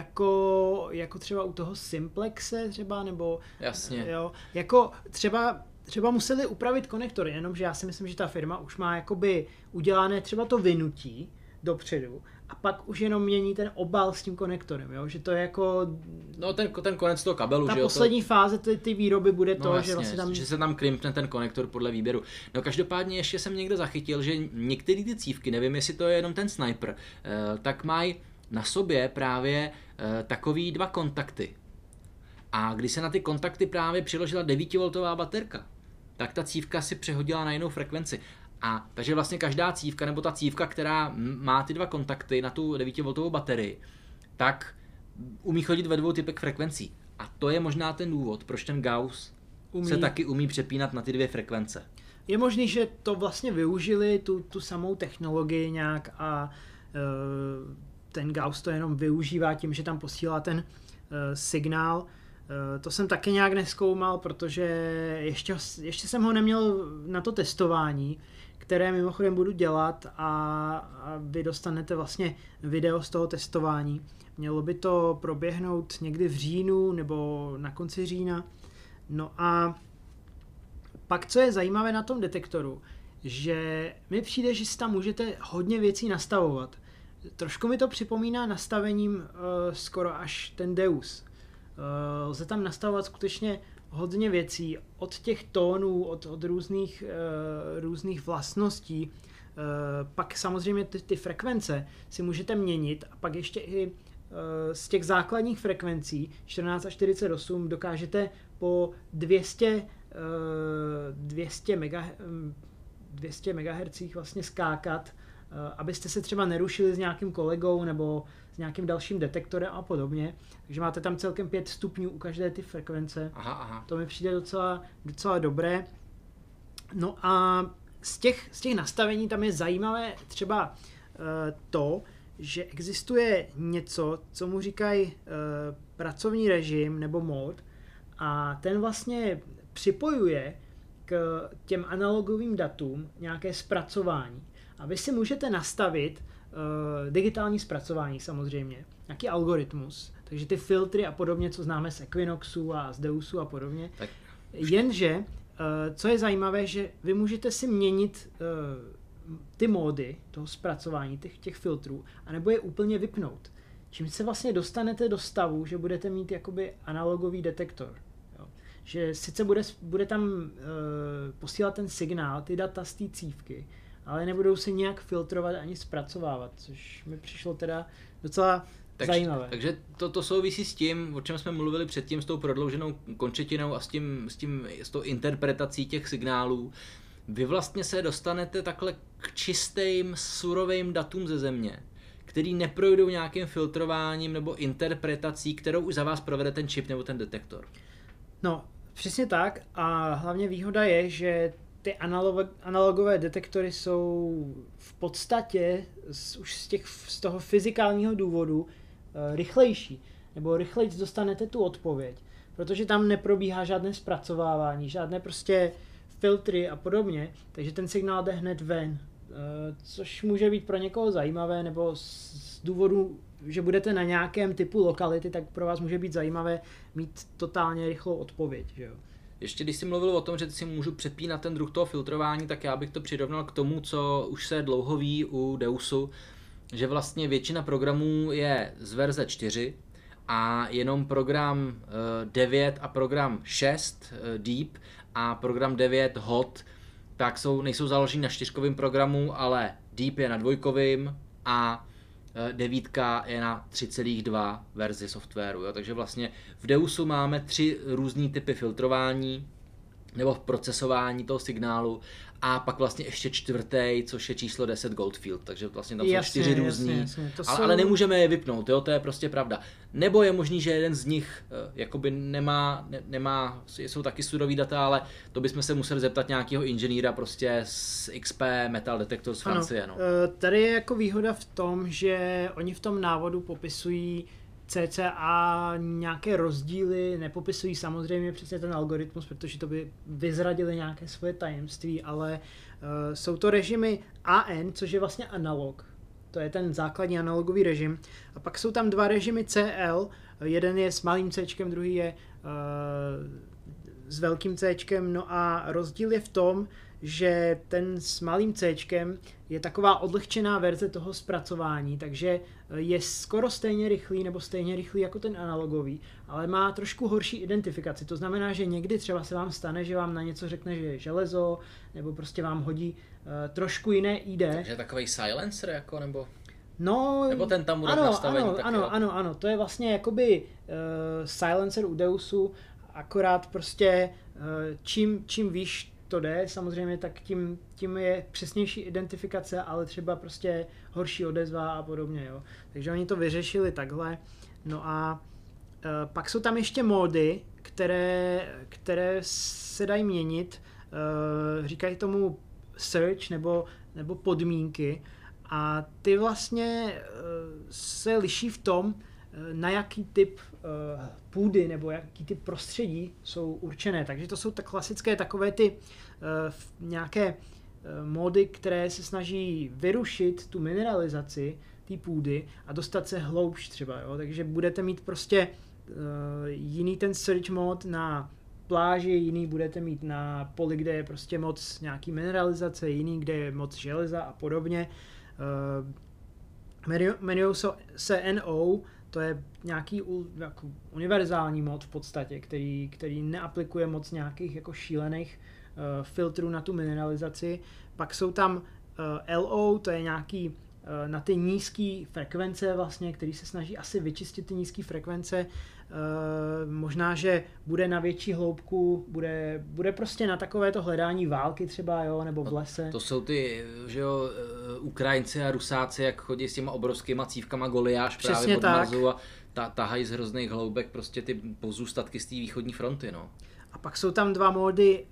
jako třeba u toho Simplexe třeba, nebo... Jasně. Jo, jako třeba museli upravit konektory, jenomže já si myslím, že ta firma už má jakoby udělané třeba to vynutí dopředu a pak už jenom mění ten obal s tím konektorem, jo? Že to je jako... No ten konec toho kabelu, ta že jo? poslední fáze ty výroby bude no to, jasně, že vlastně tam... že se tam krimpne ten konektor podle výběru. No každopádně ještě jsem někde zachytil, že některé ty cívky, nevím jestli to je jenom ten sniper, tak mají na sobě právě takový 2 kontakty. A když se na ty kontakty právě přiložila 9V baterka, tak ta cívka si přehodila na jinou frekvenci. A takže vlastně každá cívka, nebo ta cívka, která má ty 2 kontakty na tu 9V baterii, tak umí chodit ve 2 typech frekvencí. A to je možná ten důvod, proč ten Gauss se taky umí přepínat na ty 2 frekvence. Je možný, že to vlastně využili, tu samou technologii nějak a ten Gauss to jenom využívá tím, že tam posílá ten signál. To jsem taky nějak nezkoumal, protože ještě jsem ho neměl na to testování, které mimochodem budu dělat a vy dostanete vlastně video z toho testování. Mělo by to proběhnout někdy v říjnu nebo na konci října. No a pak, co je zajímavé na tom detektoru, že mi přijde, že si tam můžete hodně věcí nastavovat. Trošku mi to připomíná nastavením skoro až ten Deus. Lze tam nastavovat skutečně hodně věcí, od těch tónů, od různých vlastností. Pak samozřejmě ty frekvence si můžete měnit a pak ještě i z těch základních frekvencí 14 a 48 dokážete po 200 MHz vlastně skákat, abyste se třeba nerušili s nějakým kolegou nebo s nějakým dalším detektorem a podobně. Takže máte tam celkem 5 stupňů u každé ty frekvence. Aha. To mi přijde docela dobré. No a z těch nastavení tam je zajímavé třeba to, že existuje něco, co mu říkají pracovní režim nebo mod, a ten vlastně připojuje k těm analogovým datům nějaké zpracování. A vy si můžete nastavit digitální zpracování samozřejmě, nějaký algoritmus, takže ty filtry a podobně, co známe z Equinoxu a z Deusu a podobně. Tak. Jenže, co je zajímavé, že vy můžete si měnit ty módy toho zpracování, těch filtrů, anebo je úplně vypnout. Čím se vlastně dostanete do stavu, že budete mít jakoby analogový detektor. Jo. Že sice bude tam posílat ten signál, ty data z té cívky, ale nebudou se nějak filtrovat ani zpracovávat, což mi přišlo teda docela zajímavé. Takže to souvisí s tím, o čem jsme mluvili předtím, s tou prodlouženou končetinou a s tou interpretací těch signálů. Vy vlastně se dostanete takhle k čistým, surovým datům ze země, který neprojdou nějakým filtrováním nebo interpretací, kterou už za vás provede ten čip nebo ten detektor. No, přesně tak, a hlavně výhoda je, že ty analogové detektory jsou v podstatě už z toho fyzikálního důvodu rychlejší, nebo rychleji dostanete tu odpověď, protože tam neprobíhá žádné zpracovávání, žádné prostě filtry a podobně, takže ten signál jde hned ven, což může být pro někoho zajímavé, nebo z důvodu, že budete na nějakém typu lokality, tak pro vás může být zajímavé mít totálně rychlou odpověď, že jo. Ještě když jsi mluvil o tom, že si můžu přepínat ten druh toho filtrování, tak já bych to přirovnal k tomu, co už se dlouho ví u Deusu, že vlastně většina programů je z verze 4 a jenom program 9 a program 6 Deep a program 9 Hot tak nejsou založeni na 4kovém programu, ale Deep je na 2kovém a 9 je na 3,2 verzi softwaru. Jo? Takže vlastně v Deusu máme 3 různý typy filtrování nebo procesování toho signálu a pak vlastně ještě 4., což je číslo 10 Goldfield, takže vlastně tam jsou 4 různý, jasně. Ale nemůžeme je vypnout, jo? To je prostě pravda. Nebo je možný, že jeden z nich jakoby nemá, jsou taky surový data, ale to bychom se museli zeptat nějakého inženýra prostě z XP Metal Detector z Francie. Ano, tady je jako výhoda v tom, že oni v tom návodu popisují cca nějaké rozdíly, nepopisují samozřejmě přesně ten algoritmus, protože to by vyzradili nějaké svoje tajemství, ale jsou to režimy AN, což je vlastně analog. To je ten základní analogový režim. A pak jsou tam 2 režimy CL, jeden je s malým C, druhý je s velkým C. No a rozdíl je v tom, že ten s malým C je taková odlehčená verze toho zpracování, takže je skoro stejně rychlý nebo stejně rychlý jako ten analogový, ale má trošku horší identifikaci. To znamená, že někdy třeba se vám stane, že vám na něco řekne, že je železo, nebo prostě vám hodí trošku jiné ID. Takže takový silencer jako, nebo? No, nebo ten tam bude nastavený. Ano, to je vlastně jakoby silencer u Deusu, akorát prostě čím výš to jde, samozřejmě, tak tím je přesnější identifikace, ale třeba prostě horší odezva a podobně, jo. Takže oni to vyřešili takhle. No a pak jsou tam ještě módy, které se dají měnit, říkají tomu search nebo podmínky, a ty vlastně se liší v tom, na jaký typ půdy nebo jaký typ prostředí jsou určené. Takže to jsou tak klasické takové ty nějaké módy, které se snaží vyrušit tu mineralizaci té půdy a dostat se hloubš třeba. Jo? Takže budete mít prostě jiný ten search mod na pláži, jiný budete mít na poli, kde je prostě moc nějaký mineralizace, jiný, kde je moc železa a podobně. Jmenují se NO, to je nějaký jako univerzální mod v podstatě, který neaplikuje moc nějakých jako šílených filtrů na tu mineralizaci. Pak jsou tam LO, to je nějaký na ty nízké frekvence vlastně, který se snaží asi vyčistit ty nízké frekvence. Možná, že bude na větší hloubku, bude prostě na takovéto hledání války třeba, jo, nebo v lese. To jsou ty, že jo, Ukrajinci a Rusáci, jak chodí s těma obrovskýma cívkama Goliáš právě od Marsu a tahají z hrozných hloubek prostě ty pozůstatky z té východní fronty, no. A pak jsou tam dva módy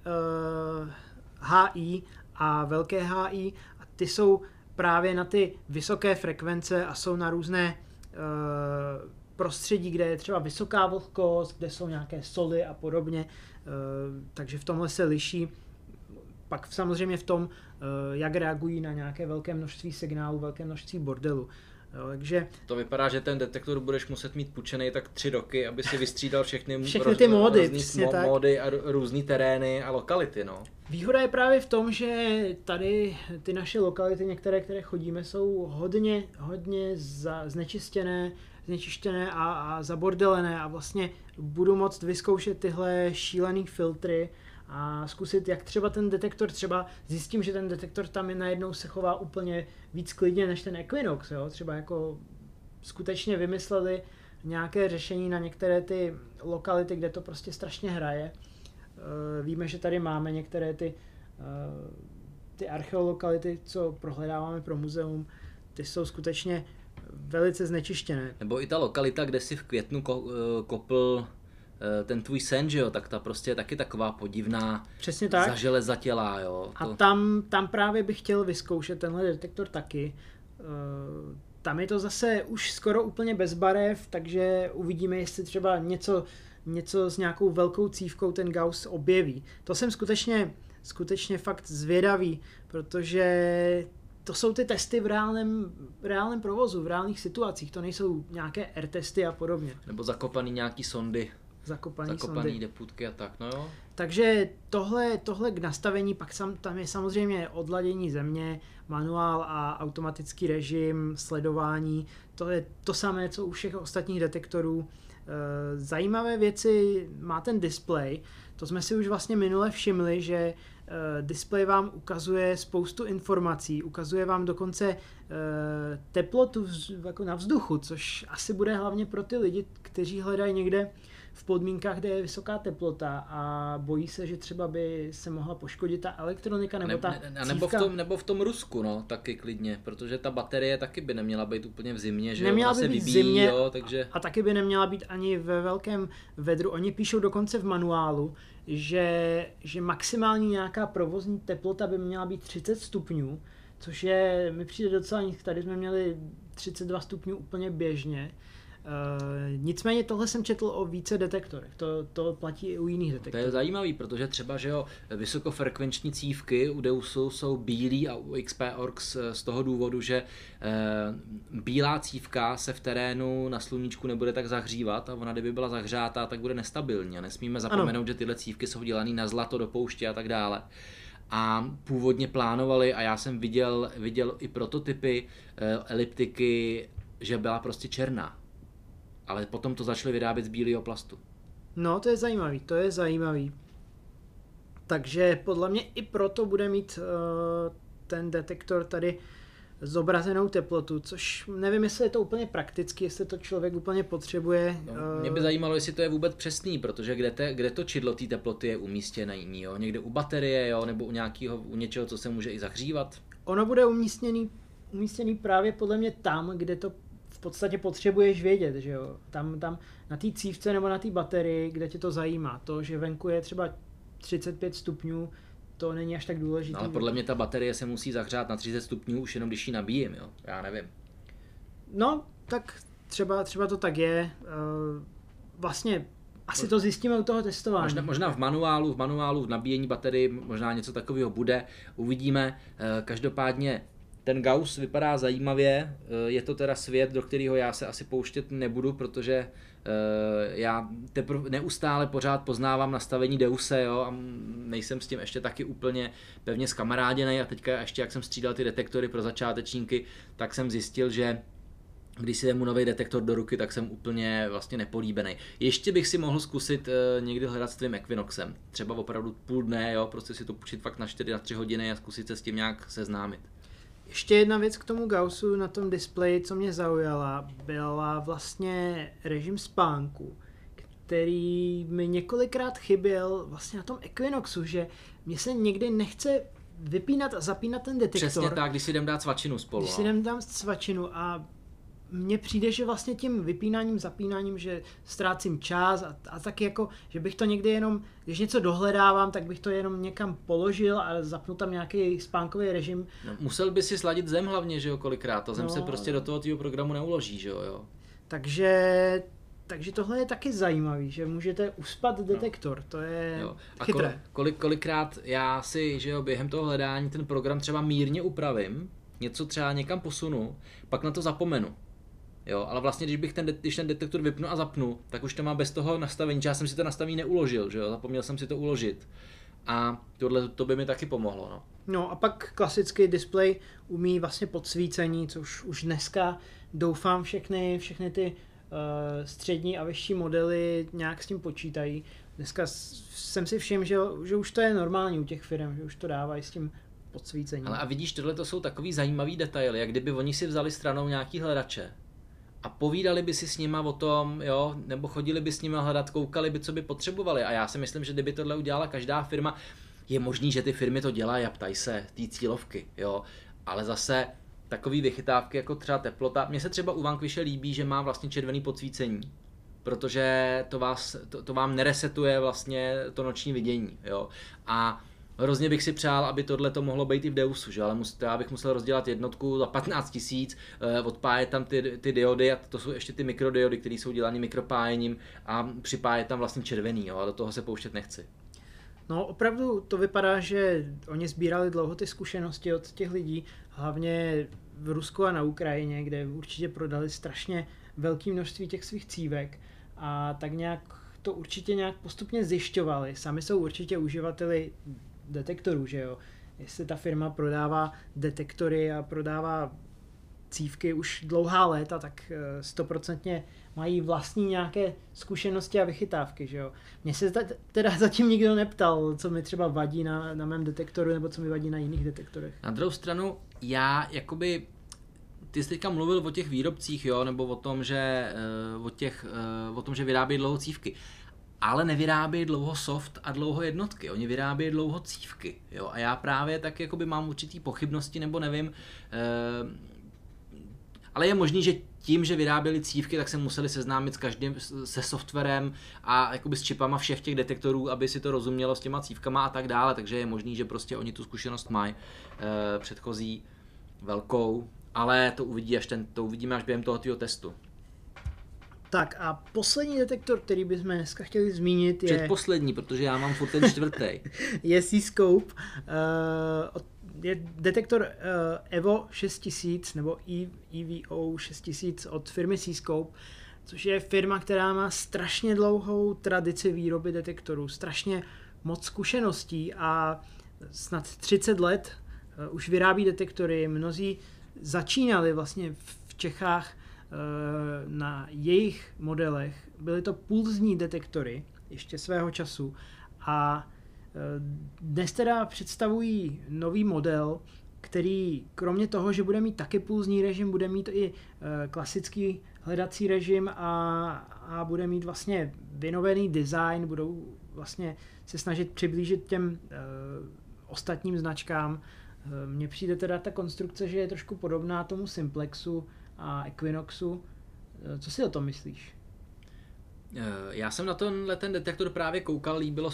HI a velké HI a ty jsou právě na ty vysoké frekvence a jsou na různé prostředí, kde je třeba vysoká vlhkost, kde jsou nějaké soli a podobně, takže v tomhle se liší. Pak samozřejmě v tom, jak reagují na nějaké velké množství signálů, velké množství bordelu. Jo, takže to vypadá, že ten detektor budeš muset mít půjčený tak 3 roky, aby si vystřídal všechny ty módy, módy a různý terény a lokality. No. Výhoda je právě v tom, že tady ty naše lokality, některé, které chodíme, jsou hodně znečištěné a zabordelené a vlastně budu moct vyzkoušet tyhle šílený filtry a zkusit, jak třeba ten detektor, třeba zjistím, že ten detektor tam je najednou se chová úplně víc klidně než ten Equinox, jo? Třeba jako skutečně vymysleli nějaké řešení na některé ty lokality, kde to prostě strašně hraje. Víme, že tady máme některé ty archeolokality, co prohledáváme pro muzeum, ty jsou skutečně velice znečištěné. Nebo i ta lokalita, kde si v květnu kopl ten tvůj sen, že jo, tak ta prostě je taky taková podivná, přesně tak. Zaželezatělá, jo. A tam právě bych chtěl vyzkoušet tenhle detektor taky. Tam je to zase už skoro úplně bez barev, takže uvidíme, jestli třeba něco s nějakou velkou cívkou ten Gauss objeví. To jsem skutečně fakt zvědavý, protože to jsou ty testy v reálném provozu, v reálných situacích, to nejsou nějaké R-testy a podobně. Nebo zakopaný nějaký sondy. Zakopaný deputky a tak, no jo. Takže tohle k nastavení, pak tam je samozřejmě odladění země, manuál a automatický režim, sledování, to je to samé, co u všech ostatních detektorů. Zajímavé věci má ten displej, to jsme si už vlastně minule všimli, že displej vám ukazuje spoustu informací, ukazuje vám dokonce teplotu jako na vzduchu, což asi bude hlavně pro ty lidi, kteří hledají někde v podmínkách, kde je vysoká teplota a bojí se, že třeba by se mohla poškodit ta elektronika nebo ta cívka. Nebo v tom Rusku, no, taky klidně, protože ta baterie taky by neměla být úplně v zimě, že neměla se být vybíjí, zimě, jo, takže... A taky by neměla být ani ve velkém vedru. Oni píšou dokonce v manuálu, že maximální nějaká provozní teplota by měla být 30 stupňů, což mi přijde docela nízko. Tady jsme měli 32 stupňů úplně běžně. Nicméně tohle jsem četl o více detektorech, to platí i u jiných detektorů. To je zajímavý, protože třeba, že jo, vysokofrekvenční cívky u Deusu jsou bílý a u XP-Orx z toho důvodu, že bílá cívka se v terénu na sluníčku nebude tak zahřívat a ona, kdyby byla zahřátá, tak bude nestabilní a nesmíme zapomenout, že tyhle cívky jsou dělané na zlato do pouště a tak dále. A původně plánovali, a já jsem viděl i prototypy eliptiky, že byla prostě černá. Ale potom to začali vyrábět z bílého plastu. No, to je zajímavý. Takže podle mě i proto bude mít ten detektor tady zobrazenou teplotu, což nevím, jestli je to úplně prakticky, jestli to člověk úplně potřebuje. No, mě by zajímalo, jestli to je vůbec přesný, protože kde to čidlo té teploty je umístěné, jo? Někde u baterie, jo? Nebo u něčeho, co se může i zahřívat? Ono bude umístěný právě podle mě tam, kde to v podstatě potřebuješ vědět, že jo. Tam na té cívce nebo na té baterii, kde tě to zajímá. To, že venku je třeba 35 stupňů, to není až tak důležité. No, ale podle mě ta baterie se musí zahřát na 30 stupňů už jenom když ji nabíjím, jo. Já nevím. No, tak třeba to tak je. Vlastně asi to zjistíme u toho testování. Možná v manuálu v nabíjení baterii možná něco takového bude. Uvidíme. Každopádně ten Gauss vypadá zajímavě, je to teda svět, do kterého já se asi pouštět nebudu, protože já neustále pořád poznávám nastavení Deuse, jo, a nejsem s tím ještě taky úplně pevně zkamaráděnej a teďka ještě jak jsem střídal ty detektory pro začátečníky, tak jsem zjistil, že když si vezmu nový detektor do ruky, tak jsem úplně vlastně nepolíbený. Ještě bych si mohl zkusit někdy hledat s tvým Equinoxem, třeba opravdu půl dne, jo, prostě si to půjčit fakt na 4-3 hodiny a zkusit se s tím nějak seznámit. Ještě jedna věc k tomu Gaussu na tom displeji, co mě zaujala, byla vlastně režim spánku, který mi několikrát chyběl vlastně na tom Equinoxu, že mě se někdy nechce vypínat a zapínat ten detektor. Přesně tak, když si jdem dát svačinu spolu. Když si jdem dát svačinu a mně přijde, že vlastně tím vypínáním, zapínáním, že ztrácím čas a taky jako, že bych to někdy jenom, když něco dohledávám, tak bych to jenom někam položil a zapnu tam nějaký spánkový režim. No, musel by si sladit zem hlavně, že jo, kolikrát. Ta zem se prostě do toho tvýho programu neuloží, že jo. Takže tohle je taky zajímavý, že můžete uspat detektor, to je chytré. Kolikrát já si, že jo, během toho hledání ten program třeba mírně upravím, něco třeba někam posunu, pak na to zapomenu. Jo, ale vlastně, když ten detektor vypnu a zapnu, tak už to má bez toho nastavení, že já jsem si to nastavení neuložil, že jo, zapomněl jsem si to uložit. A to by mi taky pomohlo, no. No a pak klasický displej umí vlastně podsvícení, což už dneska doufám všechny ty střední a vyšší modely nějak s tím počítají. Dneska jsem si všiml, že už to je normální u těch firm, že už to dávají s tím podsvícením. Ale a vidíš, tohle to jsou takový zajímavý detaily, jak kdyby oni si vzali stranou nějaký hledače a povídali by si s nima o tom, jo, nebo chodili by s nima hledat, koukali by, co by potřebovali. A já si myslím, že kdyby tohle udělala každá firma, je možný, že ty firmy to dělají a ptají se té cílovky, jo, ale zase takový vychytávky jako třeba teplota. Mně se třeba u Vanquishe líbí, že má vlastně červený podsvícení, protože to vám neresetuje vlastně to noční vidění, jo. A hrozně bych si přál, aby tohle to mohlo být i v Deusu, že? Ale já bych musel rozdělat jednotku za 15 000, odpájet tam ty diody, a to jsou ještě ty mikrodiody, které jsou dělané mikropájením, a připájet tam vlastně červený, jo? A do toho se pouštět nechci. No opravdu to vypadá, že oni sbírali dlouho ty zkušenosti od těch lidí, hlavně v Rusku a na Ukrajině, kde určitě prodali strašně velké množství těch svých cívek a tak nějak to určitě nějak postupně zjišťovali. Sami jsou určitě uživateli detektorů, že jo. Jestli ta firma prodává detektory a prodává cívky už dlouhá léta, tak 100% mají vlastní nějaké zkušenosti a vychytávky, že jo. Mně se teda zatím nikdo neptal, co mi třeba vadí na mém detektoru, nebo co mi vadí na jiných detektorech. Na druhou stranu, ty jsi teďka mluvil o těch výrobcích, jo, nebo o tom, že vyrábějí dlouho cívky. Ale nevyrábějí dlouho soft a dlouho jednotky, oni vyrábějí dlouho cívky, jo, a já právě tak jakoby mám určitý pochybnosti, nebo nevím, ale je možný, že tím, že vyráběli cívky, tak se museli seznámit se softwarem a jakoby s čipama všech těch detektorů, aby si to rozumělo s těma cívkama a tak dále, takže je možný, že prostě oni tu zkušenost mají předchozí velkou, ale to uvidíme až během toho testu. Tak a poslední detektor, který bychom dneska chtěli zmínit, je... Předposlední, protože já mám furt ten čtvrtý. Je C-Scope. Je detektor Evo 6000 nebo EVO 6000 od firmy C-Scope, což je firma, která má strašně dlouhou tradici výroby detektorů, strašně moc zkušeností a snad 30 let už vyrábí detektory. Mnozí začínali vlastně v Čechách na jejich modelech. Byly to pulzní detektory ještě svého času a dnes teda představují nový model, který kromě toho, že bude mít taky pulzní režim, bude mít i klasický hledací režim a bude mít vlastně vynovený design, budou vlastně se snažit přiblížit těm ostatním značkám. Mně přijde teda ta konstrukce, že je trošku podobná tomu Simplexu a Equinoxu. Co si o tom myslíš? Já jsem na ten detektor právě koukal, líbil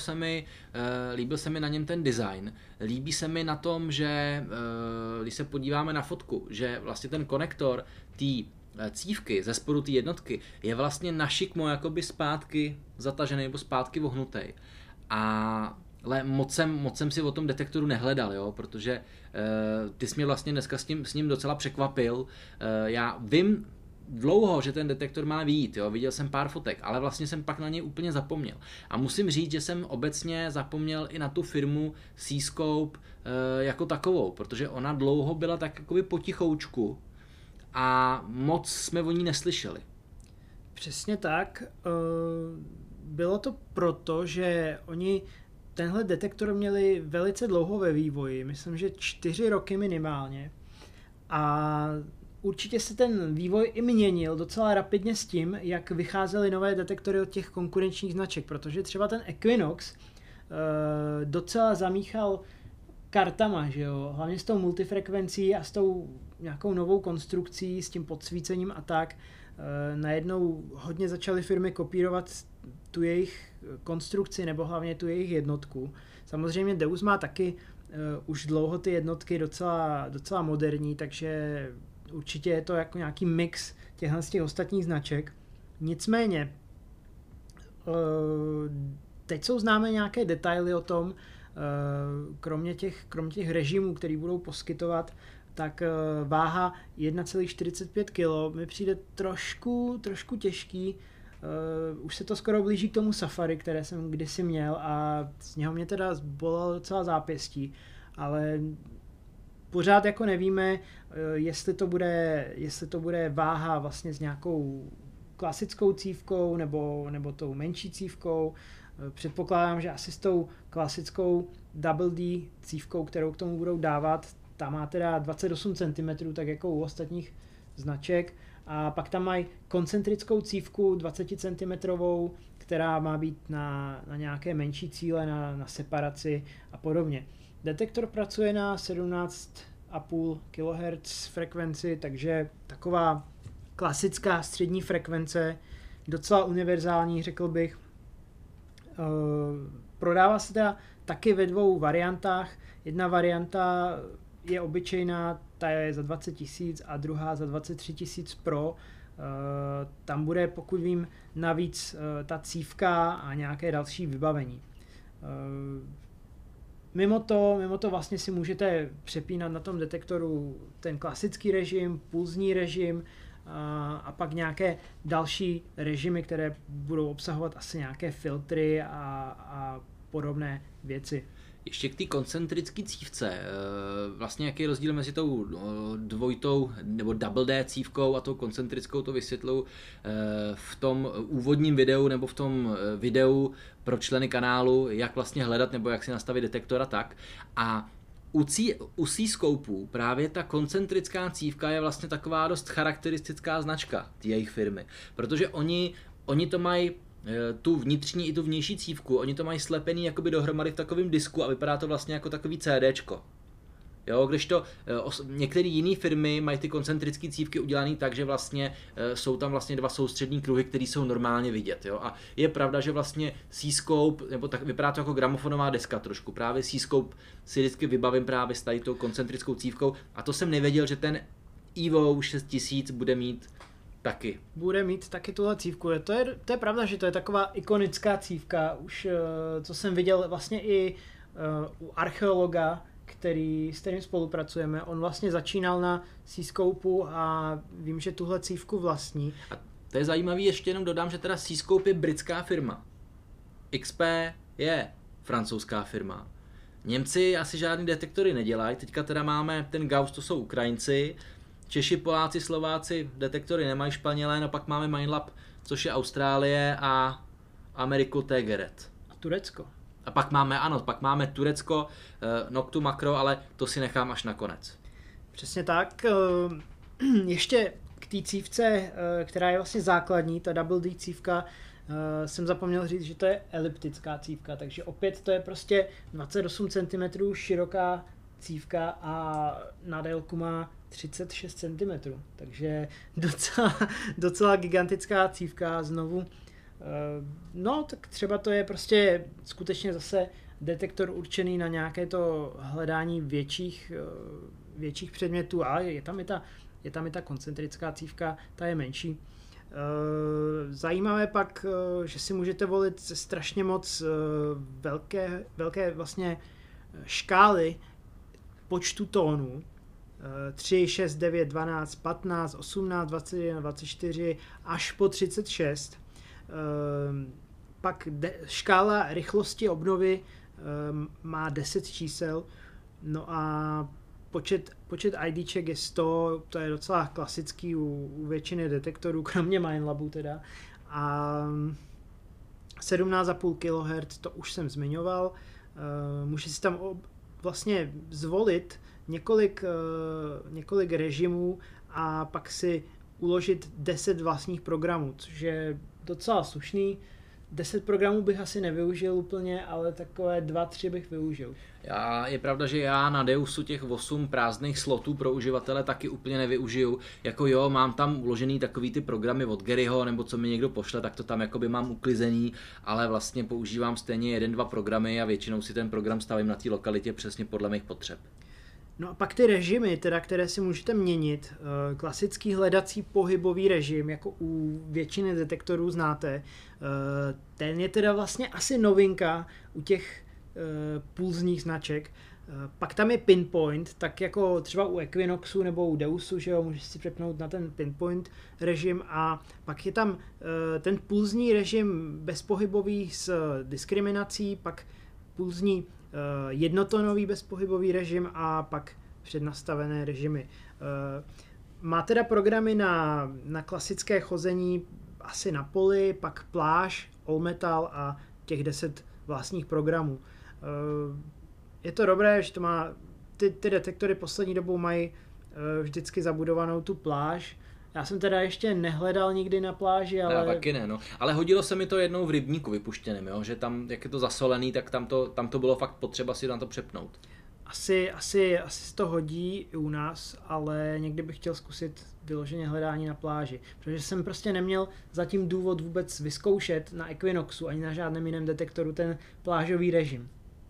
se mi na něm ten design. Líbí se mi na tom, že když se podíváme na fotku, že vlastně ten konektor té cívky ze spodu té jednotky je vlastně na šikmo jakoby zpátky zatažený nebo zpátky vohnutý. Ale moc jsem si o tom detektoru nehledal, jo, protože ty jsi mě vlastně dneska s ním docela překvapil. Já vím dlouho, že ten detektor má vyjít, jo, viděl jsem pár fotek, ale vlastně jsem pak na něj úplně zapomněl. A musím říct, že jsem obecně zapomněl i na tu firmu C-Scope jako takovou, protože ona dlouho byla tak jakoby potichoučku a moc jsme o ní neslyšeli. Přesně tak. Bylo to proto, že oni tenhle detektor měli velice dlouho ve vývoji, myslím, že 4 roky minimálně. A určitě se ten vývoj i měnil docela rapidně s tím, jak vycházely nové detektory od těch konkurenčních značek, protože třeba ten Equinox docela zamíchal kartama, že jo, hlavně s tou multifrekvencí a s tou nějakou novou konstrukcí, s tím podsvícením a tak. Najednou hodně začaly firmy kopírovat tu jejich konstrukci nebo hlavně tu jejich jednotku. Samozřejmě Deus má taky už dlouho ty jednotky docela moderní, takže určitě je to jako nějaký mix těchhle z těch ostatních značek. Nicméně, teď jsou známé nějaké detaily o tom, kromě těch režimů, který budou poskytovat, tak váha 1,45 kg mi přijde trošku těžký. Už se to skoro blíží k tomu Safari, které jsem kdysi měl a z něho mě teda bolelo docela zápěstí, ale pořád jako nevíme, jestli to bude váha vlastně s nějakou klasickou cívkou nebo tou menší cívkou. Předpokládám, že asi s tou klasickou Double D cívkou, kterou k tomu budou dávat, ta má teda 28 cm, tak jako u ostatních značek. A pak tam mají koncentrickou cívku 20 cm, která má být na nějaké menší cíle, na separaci a podobně. Detektor pracuje na 17,5 kHz frekvenci, takže taková klasická střední frekvence, docela univerzální, řekl bych. Prodává se teda taky ve dvou variantách. Jedna varianta je obyčejná, ta je za 20 000 a druhá za 23 000 Pro. Tam bude, pokud vím, navíc ta cívka a nějaké další vybavení. Mimo to vlastně si můžete přepínat na tom detektoru ten klasický režim, pulzní režim a pak nějaké další režimy, které budou obsahovat asi nějaké filtry a podobné věci. Ještě k té koncentrické cívce, vlastně jaký je rozdíl mezi tou dvojitou nebo double D cívkou a tou koncentrickou, to vysvětluji v tom úvodním videu nebo v tom videu pro členy kanálu, jak vlastně hledat nebo jak si nastavit detektor a tak. A u C-Scopeů právě ta koncentrická cívka je vlastně taková dost charakteristická značka té jejich firmy, protože oni to mají tu vnitřní i tu vnější cívku, oni to mají slepený jakoby dohromady v takovém disku a vypadá to vlastně jako takový CDčko. Jo, kdežto některé jiné firmy mají ty koncentrické cívky udělané tak, že vlastně jsou tam vlastně dva soustřední kruhy, které jsou normálně vidět. Jo? A je pravda, že vlastně C-Scope, nebo tak vypadá to jako gramofonová deska trošku, právě C-Scope si vždycky vybavím právě s tady tou koncentrickou cívkou a to jsem nevěděl, že ten Evo 6000 bude mít taky. Bude mít taky tuhle cívku. To je pravda, že to je taková ikonická cívka, už co jsem viděl vlastně i u archeologa, s kterým spolupracujeme. On vlastně začínal na C-Scopeu a vím, že tuhle cívku vlastní. A to je zajímavý, ještě jenom dodám, že teda C-Scope je britská firma. XP je francouzská firma. Němci asi žádný detektory nedělají, teďka teda máme ten Gauss, to jsou Ukrajinci, Češi, Poláci, Slováci detektory nemají Španělé, no pak máme Minelab, což je Austrálie a Ameriku, to je Geret. A Turecko. A pak máme Turecko, Noctu Makro, ale to si nechám až na konec. Přesně tak. Ještě k té cívce, která je vlastně základní, ta Double D cívka, jsem zapomněl říct, že to je eliptická cívka, takže opět to je prostě 28 cm široká cívka a na délku má 36 cm, takže docela gigantická cívka znovu. No, tak třeba to je prostě skutečně zase detektor určený na nějaké to hledání větších předmětů a je tam i ta koncentrická cívka, ta je menší. Zajímavé pak, že si můžete volit strašně moc velké vlastně škály počtu tónů. 3, 6, 9, 12, 15, 18, 21, 24 až po 36. Pak škála rychlosti obnovy má 10 čísel, no a počet IDček je 100, to je docela klasický u většiny detektorů, kromě Minelabu teda. A 17,5 kHz, to už jsem zmiňoval, může si tam vlastně zvolit několik režimů a pak si uložit 10 vlastních programů, což je docela slušný. 10 programů bych asi nevyužil úplně, ale takové 2-3 bych využil. Je pravda, že já na Deusu těch 8 prázdných slotů pro uživatele taky úplně nevyužiju. Jako jo, mám tam uložený takový ty programy od Garyho, nebo co mi někdo pošle, tak to tam jakoby mám uklizený, ale vlastně používám stejně 1-2 programy a většinou si ten program stavím na té lokalitě přesně podle mých potřeb. No a pak ty režimy, teda, které si můžete měnit, klasický hledací pohybový režim, jako u většiny detektorů znáte, ten je teda vlastně asi novinka u těch pulzních značek. Pak tam je pinpoint, tak jako třeba u Equinoxu nebo u Deusu, že jo, můžeš si přepnout na ten pinpoint režim a pak je tam ten pulzní režim bezpohybový s diskriminací, pak pulzní jednotónový bezpohybový režim a pak přednastavené režimy. Má teda programy na klasické chození asi na poli, pak pláž, all metal a těch 10 vlastních programů. Je to dobré, že to má, ty detektory poslední dobou mají vždycky zabudovanou tu pláž. Já jsem teda ještě nehledal nikdy na pláži, ale... Já taky ne, no. Ale hodilo se mi to jednou v rybníku vypuštěném, jo? Že tam, jak je to zasolený, tak tam to bylo fakt potřeba si na to přepnout. Asi to hodí i u nás, ale někdy bych chtěl zkusit vyloženě hledání na pláži, protože jsem prostě neměl zatím důvod vůbec vyzkoušet na Equinoxu ani na žádném jiném detektoru ten plážový režim.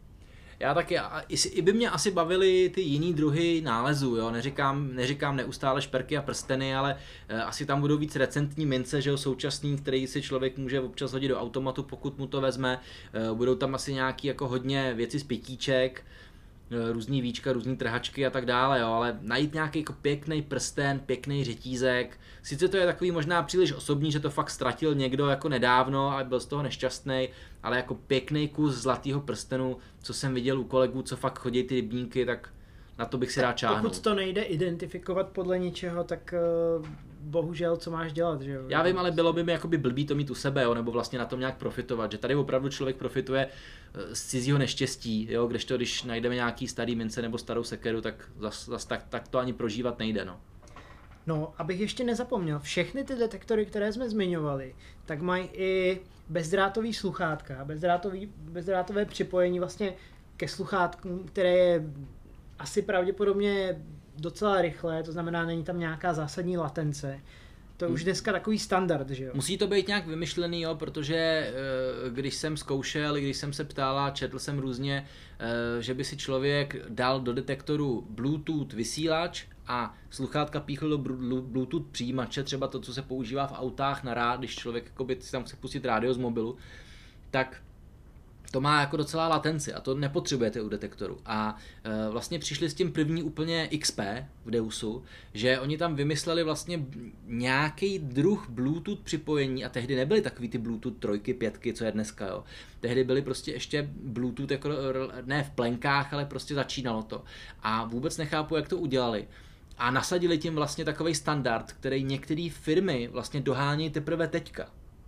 Já taky, i by mě asi bavily ty jiný druhy nálezů, jo, neříkám neustále šperky a prsteny, ale asi tam budou víc recentní mince, že jo, současný, který si člověk může občas hodit do automatu, pokud mu to vezme, budou tam asi nějaký jako hodně věci z pitíček, různý víčka, různý trhačky a tak dále, jo, ale najít nějaký jako pěkný prsten, pěkný řetízek, sice to je takový možná příliš osobní, že to fakt ztratil někdo jako nedávno a byl z toho nešťastný, ale jako pěkný kus zlatého prstenu, co jsem viděl u kolegů, co fakt chodí ty rybníky, tak na to bych si rád čáhnul. Pokud to nejde identifikovat podle ničeho, tak bohužel co máš dělat, že jo? Já vím, ale bylo by mi jakoby blbý to mít u sebe, jo, nebo vlastně na tom nějak profitovat, že tady opravdu člověk profituje z cizího neštěstí, jo, kdežto když najdeme nějaký starý mince nebo starou sekeru, tak tak to ani prožívat nejde, no. No, abych ještě nezapomněl, všechny ty detektory, které jsme zmiňovali, tak mají i bezdrátový sluchátka, bezdrátové připojení vlastně ke sluchátkům, které je asi pravděpodobně docela rychlé, to znamená, není tam nějaká zásadní latence. To je už dneska takový standard, že jo? Musí to být nějak vymyšlený, jo, protože když jsem zkoušel, když jsem se ptal a četl jsem různě, že by si člověk dal do detektoru Bluetooth vysílač a sluchátka píchl do Bluetooth přijímače, třeba to, co se používá v autách na rád, když člověk jakoby, si tam chce pustit rádio z mobilu, tak to má jako docela latenci a to nepotřebujete u detektoru. A vlastně přišli s tím první úplně XP v Deusu, že oni tam vymysleli vlastně nějaký druh Bluetooth připojení a tehdy nebyly takový ty Bluetooth 3, 5, co je dneska, jo. Tehdy byly prostě ještě Bluetooth jako ne v plenkách, ale prostě začínalo to. A vůbec nechápu, jak to udělali. A nasadili tím vlastně takový standard, který některé firmy vlastně dohání teprve teďka.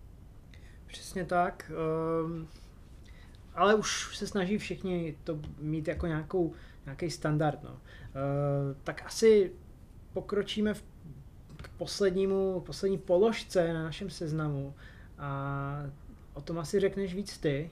Přesně tak. Ale už se snaží všichni to mít jako nějaký standard. No. Tak asi pokročíme k poslední položce na našem seznamu a o tom asi řekneš víc ty.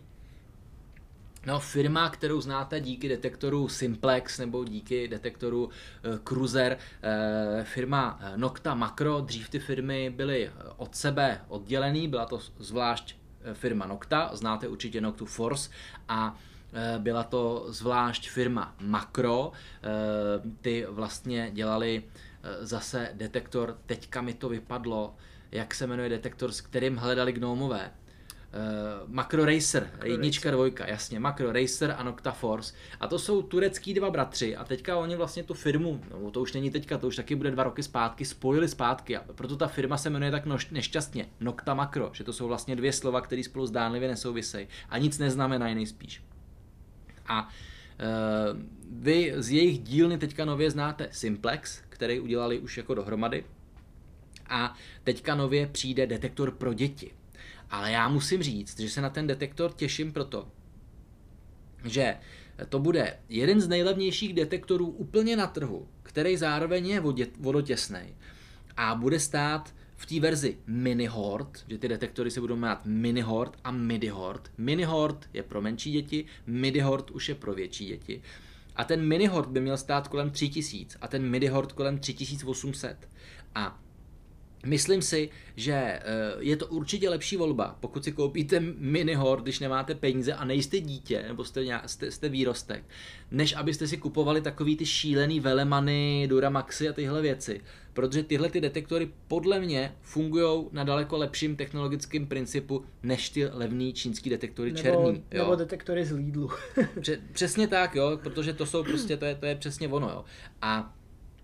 No, firma, kterou znáte díky detektoru Simplex nebo díky detektoru Cruiser, firma Nokta Makro, dřív ty firmy byly od sebe oddělený, byla to zvlášť firma Nokta, znáte určitě Noktu Force a byla to zvlášť firma Makro, ty vlastně dělali zase detektor, teďka mi to vypadlo, jak se jmenuje detektor, s kterým hledali gnomové. Makro Racer, jednička, dvojka, jasně, Makro Racer a Nokta Force. A to jsou turecký dva bratři a teďka oni vlastně tu firmu, no to už není teďka, to už taky bude 2 roky zpátky, spojili zpátky a proto ta firma se jmenuje tak nešťastně Nokta Makro, že to jsou vlastně 2 slova, které spolu zdánlivě nesouvisejí a nic neznamenají nejspíš. A vy z jejich dílny teďka nově znáte Simplex, který udělali už jako dohromady a teďka nově přijde detektor pro děti. Ale já musím říct, že se na ten detektor těším proto, že to bude jeden z nejlevnějších detektorů úplně na trhu, který zároveň je vodotěsnej a bude stát v té verzi Mini Hort, že ty detektory se budou jmenovat Mini Hort a Midi Hort. Mini Hort je pro menší děti, Midi Hort už je pro větší děti. A ten Mini Hort by měl stát kolem 3000 a ten Midi Hort kolem 3800. A myslím si, že je to určitě lepší volba, pokud si koupíte Mini Hort, když nemáte peníze a nejste dítě, nebo jste výrostek, než abyste si kupovali takový ty šílený Velemany, Duramaxy a tyhle věci. Protože tyhle ty detektory podle mě fungují na daleko lepším technologickém principu než ty levný čínský detektory černý. Nebo detektory z Lidlu. Přesně tak, jo, protože to jsou prostě, to je přesně ono, jo. A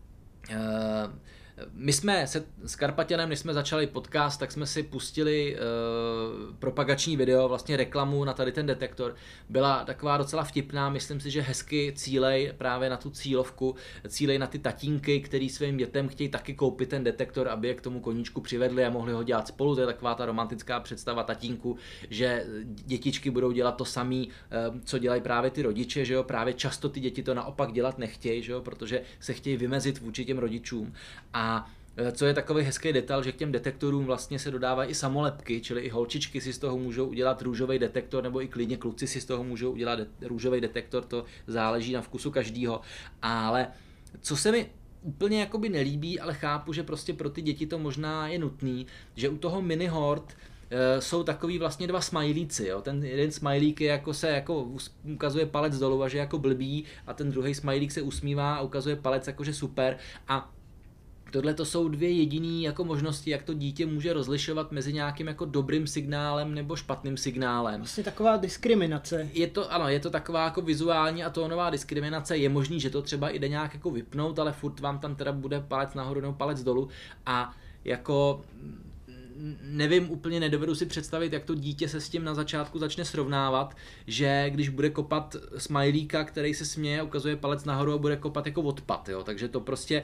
my jsme se s Karpaťanem, když jsme začali podcast, tak jsme si pustili propagační video, vlastně reklamu na tady ten detektor. Byla taková docela vtipná, myslím si, že hezky cílej právě na tu cílovku, cílej na ty tatínky, který svým dětem chtějí taky koupit ten detektor, aby je k tomu koníčku přivedli a mohli ho dělat spolu. To je taková ta romantická představa tatínku, že dětičky budou dělat to samé, co dělají právě ty rodiče, že jo? Právě často ty děti to naopak dělat nechtějí, že jo? Protože se chtějí vymezit vůči těm rodičům. A co je takový hezký detail, že k těm detektorům vlastně se dodávají i samolepky, čili i holčičky si z toho můžou udělat růžový detektor, nebo i klidně kluci si z toho můžou udělat růžový detektor, to záleží na vkusu každýho. Ale co se mi úplně jakoby nelíbí, ale chápu, že prostě pro ty děti to možná je nutný, že u toho Mini Hort jsou takový vlastně dva smajlíci, jo. Ten jeden smajlík je jako ukazuje palec dolů a že jako blbý a ten druhý smajlík se usmívá a ukazuje palec jakože super a tohle to jsou dvě jediné jako možnosti, jak to dítě může rozlišovat mezi nějakým jako dobrým signálem nebo špatným signálem. Vlastně taková diskriminace. Je to taková jako vizuální a tónová diskriminace. Je možný, že to třeba jde nějak jako vypnout, ale furt vám tam teda bude palec nahoru nebo palec dolů a jako nevím, úplně nedovedu si představit, jak to dítě se s tím na začátku začne srovnávat, že když bude kopat smajlíka, který se směje, ukazuje palec nahoru a bude kopat jako odpad, jo. Takže to prostě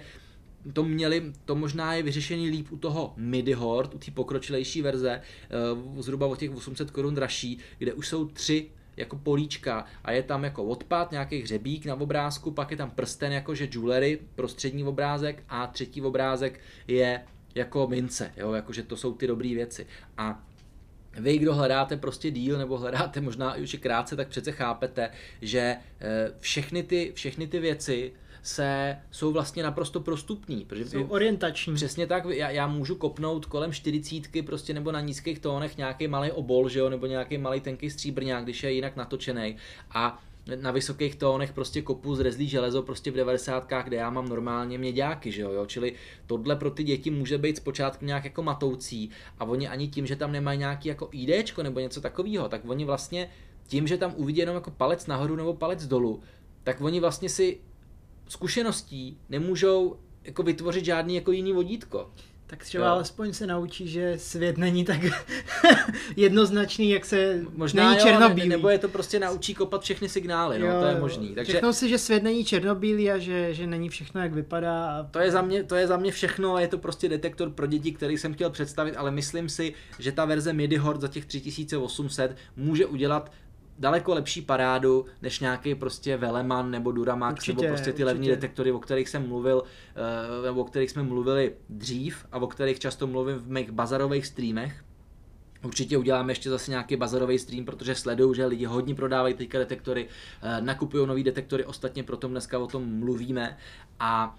to možná je vyřešený líp u toho Midi Hort, u té pokročilejší verze, zhruba o těch 800 korun dražší, kde už jsou 3 jako políčka a je tam jako odpad, nějaký hřebík na obrázku, pak je tam prsten jakože jewelry, prostřední obrázek a třetí obrázek je jako mince, jo, jakože to jsou ty dobré věci. A vy, kdo hledáte prostě díl nebo hledáte možná už i krátce, tak přece chápete, že všechny ty věci jsou vlastně naprosto prostupný. Protože jsou orientační. Přesně tak, já můžu kopnout kolem 40 prostě nebo na nízkých tónech nějaký malý obol, že jo, nebo nějaký malý tenký stříbrňák, když je jinak natočený. A na vysokých tónech prostě kopu zrezlý železo prostě v 90kách, kde já mám normálně měďáky, že jo, čili tohle pro ty děti může být zpočátku nějak jako matoucí a oni ani tím, že tam nemají nějaký jako IDčko nebo něco takového, tak oni vlastně tím, že tam uvidí jenom jako palec nahoru nebo palec dolů, tak oni vlastně si zkušeností nemůžou jako vytvořit žádný jako jiný vodítko. Tak třeba alespoň se naučí, že svět není tak jednoznačný, jak se možná není černobílý. Nebo je to prostě naučí kopat všechny signály, no, to je možný. Takže řeknou si, že svět není černobílý a že není všechno, jak vypadá. A to je za mě všechno a je to prostě detektor pro děti, který jsem chtěl představit, ale myslím si, že ta verze Midi Hort za těch 3800 může udělat daleko lepší parádu, než nějaký prostě Veleman nebo Duramax, nebo prostě ty levní detektory, o kterých jsem mluvil, nebo o kterých jsme mluvili dřív a o kterých často mluvím v mých bazarových streamech. Určitě uděláme ještě zase nějaký bazarový stream, protože sleduju, že lidi hodně prodávají teďka detektory, nakupují nový detektory, ostatně proto dneska o tom mluvíme a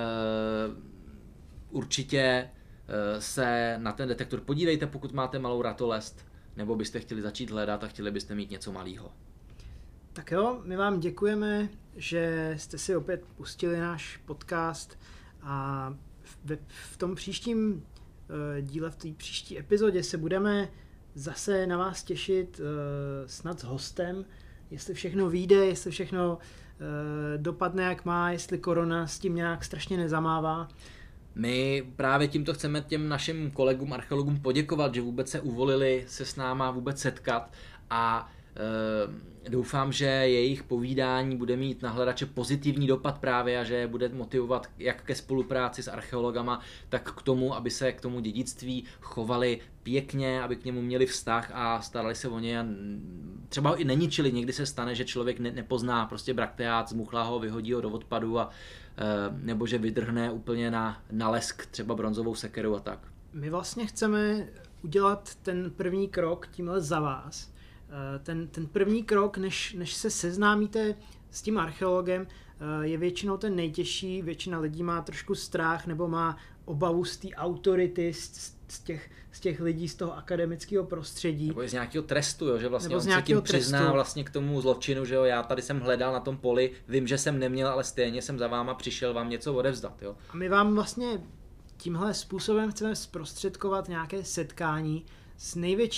určitě se na ten detektor podívejte, pokud máte malou ratolest, nebo byste chtěli začít hledat a chtěli byste mít něco malého. Tak jo, my vám děkujeme, že jste si opět pustili náš podcast a v tom příštím díle, v té příští epizodě se budeme zase na vás těšit snad s hostem, jestli všechno vyjde, jestli všechno dopadne jak má, jestli korona s tím nějak strašně nezamává. My právě tímto chceme těm našim kolegům, archeologům poděkovat, že vůbec se uvolili se s náma vůbec setkat a Doufám, že jejich povídání bude mít na hledače pozitivní dopad právě a že bude motivovat jak ke spolupráci s archeologama, tak k tomu, aby se k tomu dědictví chovali pěkně, aby k němu měli vztah a starali se o ně a třeba i neničili. Někdy se stane, že člověk nepozná prostě brakteát, zmuchlá ho, vyhodí ho do odpadu a nebo že vydrhne úplně na lesk třeba bronzovou sekeru a tak. My vlastně chceme udělat ten první krok tímhle za vás. Ten první krok, než se seznámíte s tím archeologem, je většinou ten nejtěžší. Většina lidí má trošku strach nebo má obavu z té autority, z těch lidí z toho akademického prostředí. Nebo z nějakého trestu, jo, že vlastně on se tím přizná vlastně k tomu zločinu, že jo, já tady jsem hledal na tom poli, vím, že jsem neměl, ale stejně jsem za váma přišel vám něco odevzdat. Jo. A my vám vlastně tímhle způsobem chceme zprostředkovat nějaké setkání s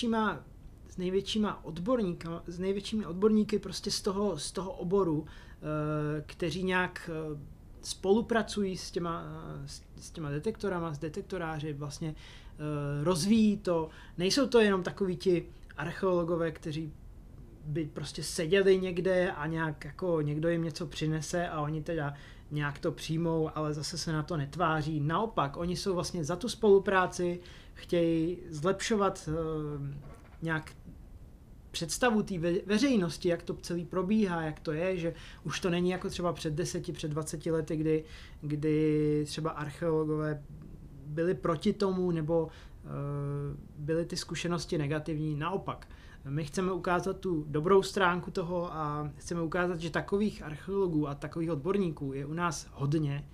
největšími odborníky prostě z toho oboru, kteří nějak spolupracují s těma detektorama, s detektoráři, vlastně rozvíjí to. Nejsou to jenom takoví ti archeologové, kteří by prostě seděli někde a nějak jako někdo jim něco přinese a oni teda nějak to přijmou, ale zase se na to netváří. Naopak, oni jsou vlastně za tu spolupráci, chtějí zlepšovat nějak představu té veřejnosti, jak to celý probíhá, jak to je, že už to není jako třeba před 20 lety, kdy třeba archeologové byli proti tomu, nebo byly ty zkušenosti negativní. Naopak, my chceme ukázat tu dobrou stránku toho a chceme ukázat, že takových archeologů a takových odborníků je u nás hodně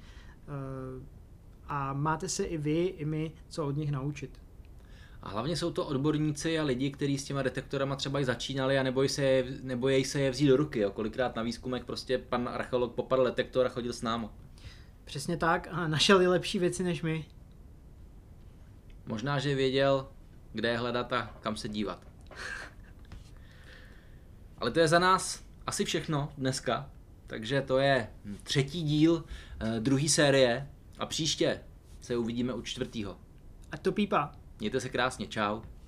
a máte se i vy, i my, co od nich naučit. A hlavně jsou to odborníci a lidi, kteří s těma detektorama třeba i začínali a nebojí se je vzít do ruky. Jo. Kolikrát na výzkumech prostě pan archeolog popadl detektor a chodil s náma. Přesně tak a našel lepší věci než my. Možná, že věděl, kde je hledat a kam se dívat. Ale to je za nás asi všechno dneska. Takže to je 3. díl 2. série a příště se uvidíme u 4. A to pípa. Mějte se krásně, čau.